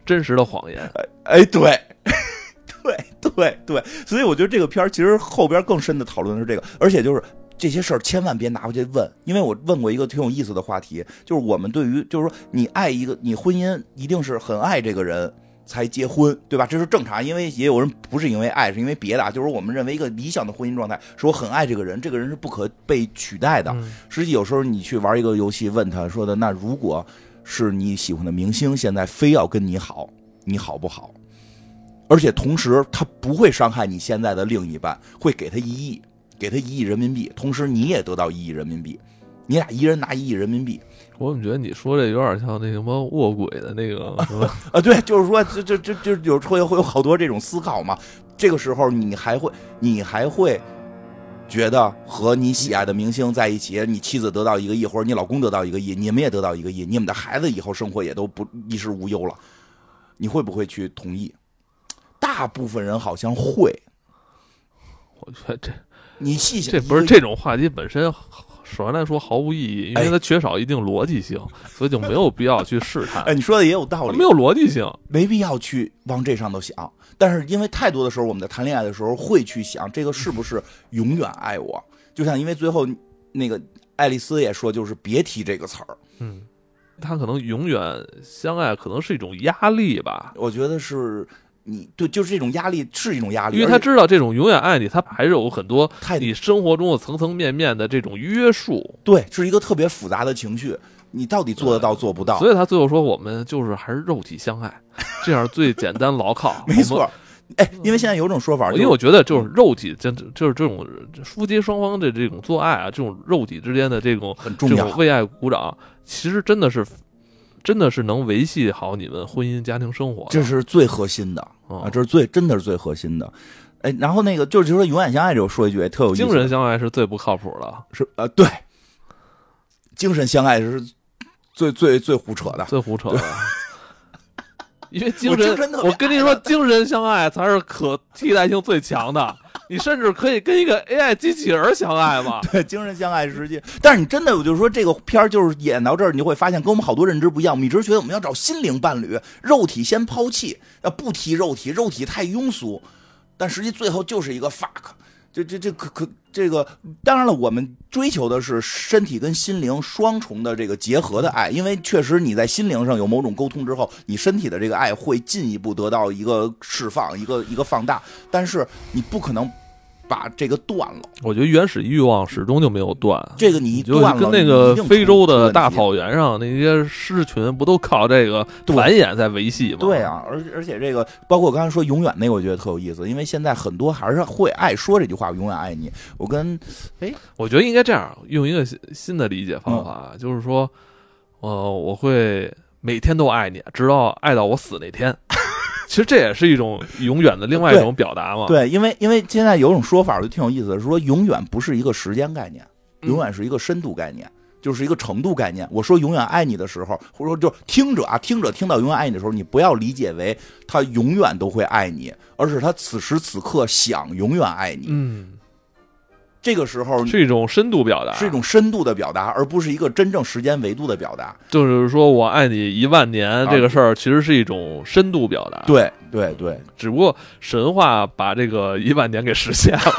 真实的谎言。 哎，对。对，所以我觉得这个片儿其实后边更深的讨论的是这个，而且就是这些事儿千万别拿回去问，因为我问过一个挺有意思的话题，就是我们对于就是说你爱一个你婚姻一定是很爱这个人才结婚，对吧？这是正常，因为也有人不是因为爱，是因为别的，就是我们认为一个理想的婚姻状态是我很爱这个人，这个人是不可被取代的。实际有时候你去玩一个游戏，问他说的，那如果是你喜欢的明星现在非要跟你好，你好不好？而且同时他不会伤害你现在的另一半，会给他1亿，给他1亿人民币，同时你也得到1亿人民币，你俩一人拿1亿人民币。 我怎么觉得你说这有点像那什么卧轨的那个对，就是说就会有好多这种思考嘛。这个时候你还会觉得和你喜爱的明星在一起，你妻子得到1个亿，或者你老公得到1个亿，你们也得到1个亿，你们的孩子以后生活也都不衣食无忧了，你会不会去同意？大部分人好像会。 我觉得你细想， 这不是这种话题本身首先来说毫无意义，因为它缺少一定逻辑性，所以就没有必要去试探。 你说的也有道理， 没有逻辑性， 没必要去往这上头想。但是因为太多的时候我们在谈恋爱的时候会去想这个是不是永远爱我，就像因为最后那个爱丽丝也说，就是别提这个词儿。 他可能永远相爱可能是一种压力吧， 我觉得是。对，就是这种压力是一种压力， 因为他知道这种永远爱你，他还是有很多你生活中的层层面面的这种约束。 对，是一个特别复杂的情绪，你到底做得到做不到？ 所以他最后说，我们就是还是肉体相爱，这样最简单牢靠。 没错。因为现在有种说法， 因为我觉得就是肉体，就是这种夫妻双方的这种做爱啊，这种肉体之间的这种很重要， 这种为爱鼓掌，其实真的是能维系好你们婚姻家庭生活的， 这是最核心的啊，这是真的是最核心的。然后那个就是说永远相爱这，我说一句也特有意思， 精神相爱是最不靠谱的， 是对，精神相爱是最胡扯的， 最胡扯的。因为精神，我跟你说，精神相爱才是可替代性最强的。你甚至可以跟一个 AI 机器人相爱嘛？ 对，精神相爱是实际。但是你真的，我就是说，这个片儿就是演到这儿，你就会发现跟我们好多认知不一样。我们一直觉得我们要找心灵伴侣，肉体先抛弃，不提肉体，肉体太庸俗。但实际最后就是一个 fuck。这个，当然了，我们追求的是身体跟心灵双重的这个结合的爱，因为确实你在心灵上有某种沟通之后，你身体的这个爱会进一步得到一个释放，一个放大，但是你不可能把这个断了。我觉得原始欲望始终就没有断， 这个你一断了， 就跟那个非洲的大草原上那些狮群不都靠这个繁衍在维系吗？ 对啊，而且这个包括我刚才说永远那个，我觉得特有意思，因为现在很多还是会爱说这句话，永远爱你。 我觉得应该这样用一个新的理解方法，就是说，我会每天都爱你，直到爱到我死那天。其实这也是一种永远的另外一种表达嘛。 对，因为现在有种说法就挺有意思的，说永远不是一个时间概念，永远是一个深度概念，就是一个程度概念。我说永远爱你的时候，或者说就听着听到永远爱你的时候，你不要理解为他永远都会爱你，而是他此时此刻想永远爱你。这个时候是一种深度表达， 是一种深度的表达，而不是一个真正时间维度的表达。 就是说我爱你10000年这个事儿，其实是一种深度表达。 对， 只不过神话把这个10000年给实现了。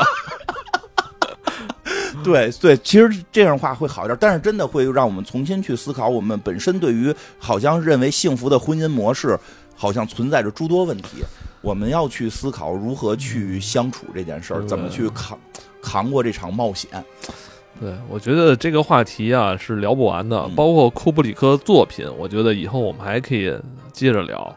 对，其实这样的话会好一点，但是真的会让我们重新去思考，我们本身对于好像认为幸福的婚姻模式，好像存在着诸多问题。我们要去思考如何去相处这件事儿，怎么去扛过这场冒险。 对，我觉得这个话题啊是聊不完的，包括库布里克作品，我觉得以后我们还可以接着聊。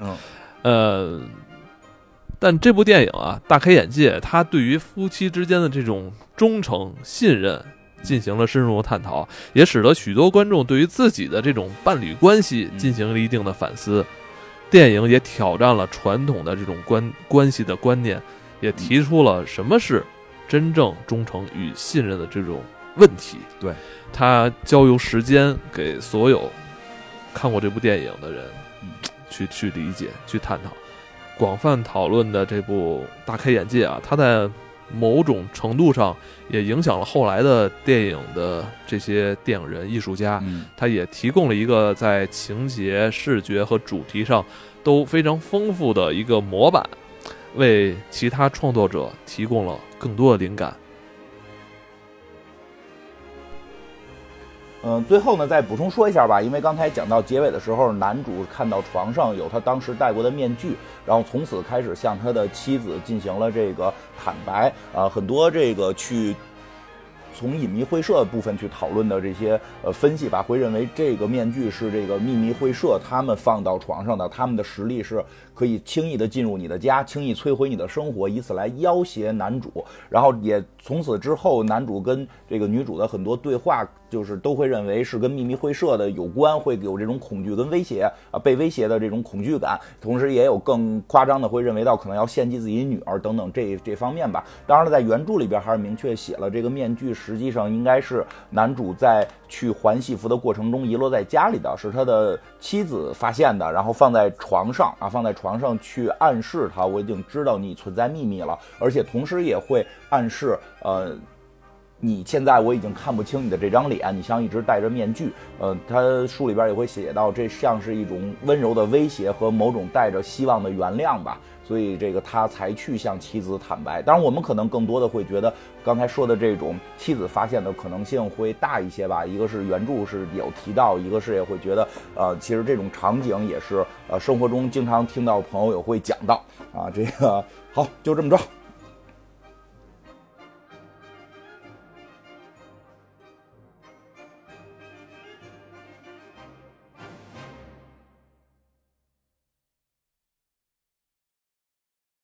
但这部电影啊，大开眼界，它对于夫妻之间的这种忠诚、信任进行了深入的探讨，也使得许多观众对于自己的这种伴侣关系进行了一定的反思。电影也挑战了传统的这种关系的观念，也提出了什么是真正忠诚与信任的这种问题。 对， 他交由时间给所有看过这部电影的人去理解、去探讨。广泛讨论的这部大开眼界啊，它在某种程度上也影响了后来的电影的这些电影人、艺术家。他也提供了一个在情节、视觉和主题上都非常丰富的一个模板，为其他创作者提供了更多的灵感。 最后呢，再补充说一下吧，因为刚才讲到结尾的时候，男主看到床上有他当时戴过的面具，然后从此开始向他的妻子进行了这个坦白。很多这个去从隐秘会社部分去讨论的这些分析吧，会认为这个面具是这个秘密会社他们放到床上的，他们的实力是可以轻易的进入你的家，轻易摧毁你的生活，以此来要挟男主。然后也从此之后，男主跟这个女主的很多对话，就是都会认为是跟秘密会社的有关，会有这种恐惧跟威胁被威胁的这种恐惧感，同时也有更夸张的会认为到可能要献祭自己女儿等等这方面吧。当然了，在原著里边还是明确写了，这个面具实际上应该是男主在去还戏服的过程中遗落在家里的，是他的妻子发现的，然后放在床上去暗示他，我已经知道你存在秘密了，而且同时也会暗示你现在我已经看不清你的这张脸，你像一直戴着面具。他书里边也会写到，这像是一种温柔的威胁和某种带着希望的原谅吧。所以这个他才去向妻子坦白。当然，我们可能更多的会觉得刚才说的这种妻子发现的可能性会大一些吧。一个是原著是有提到，一个是也会觉得其实这种场景也是生活中经常听到朋友有会讲到啊。这个好，就这么着。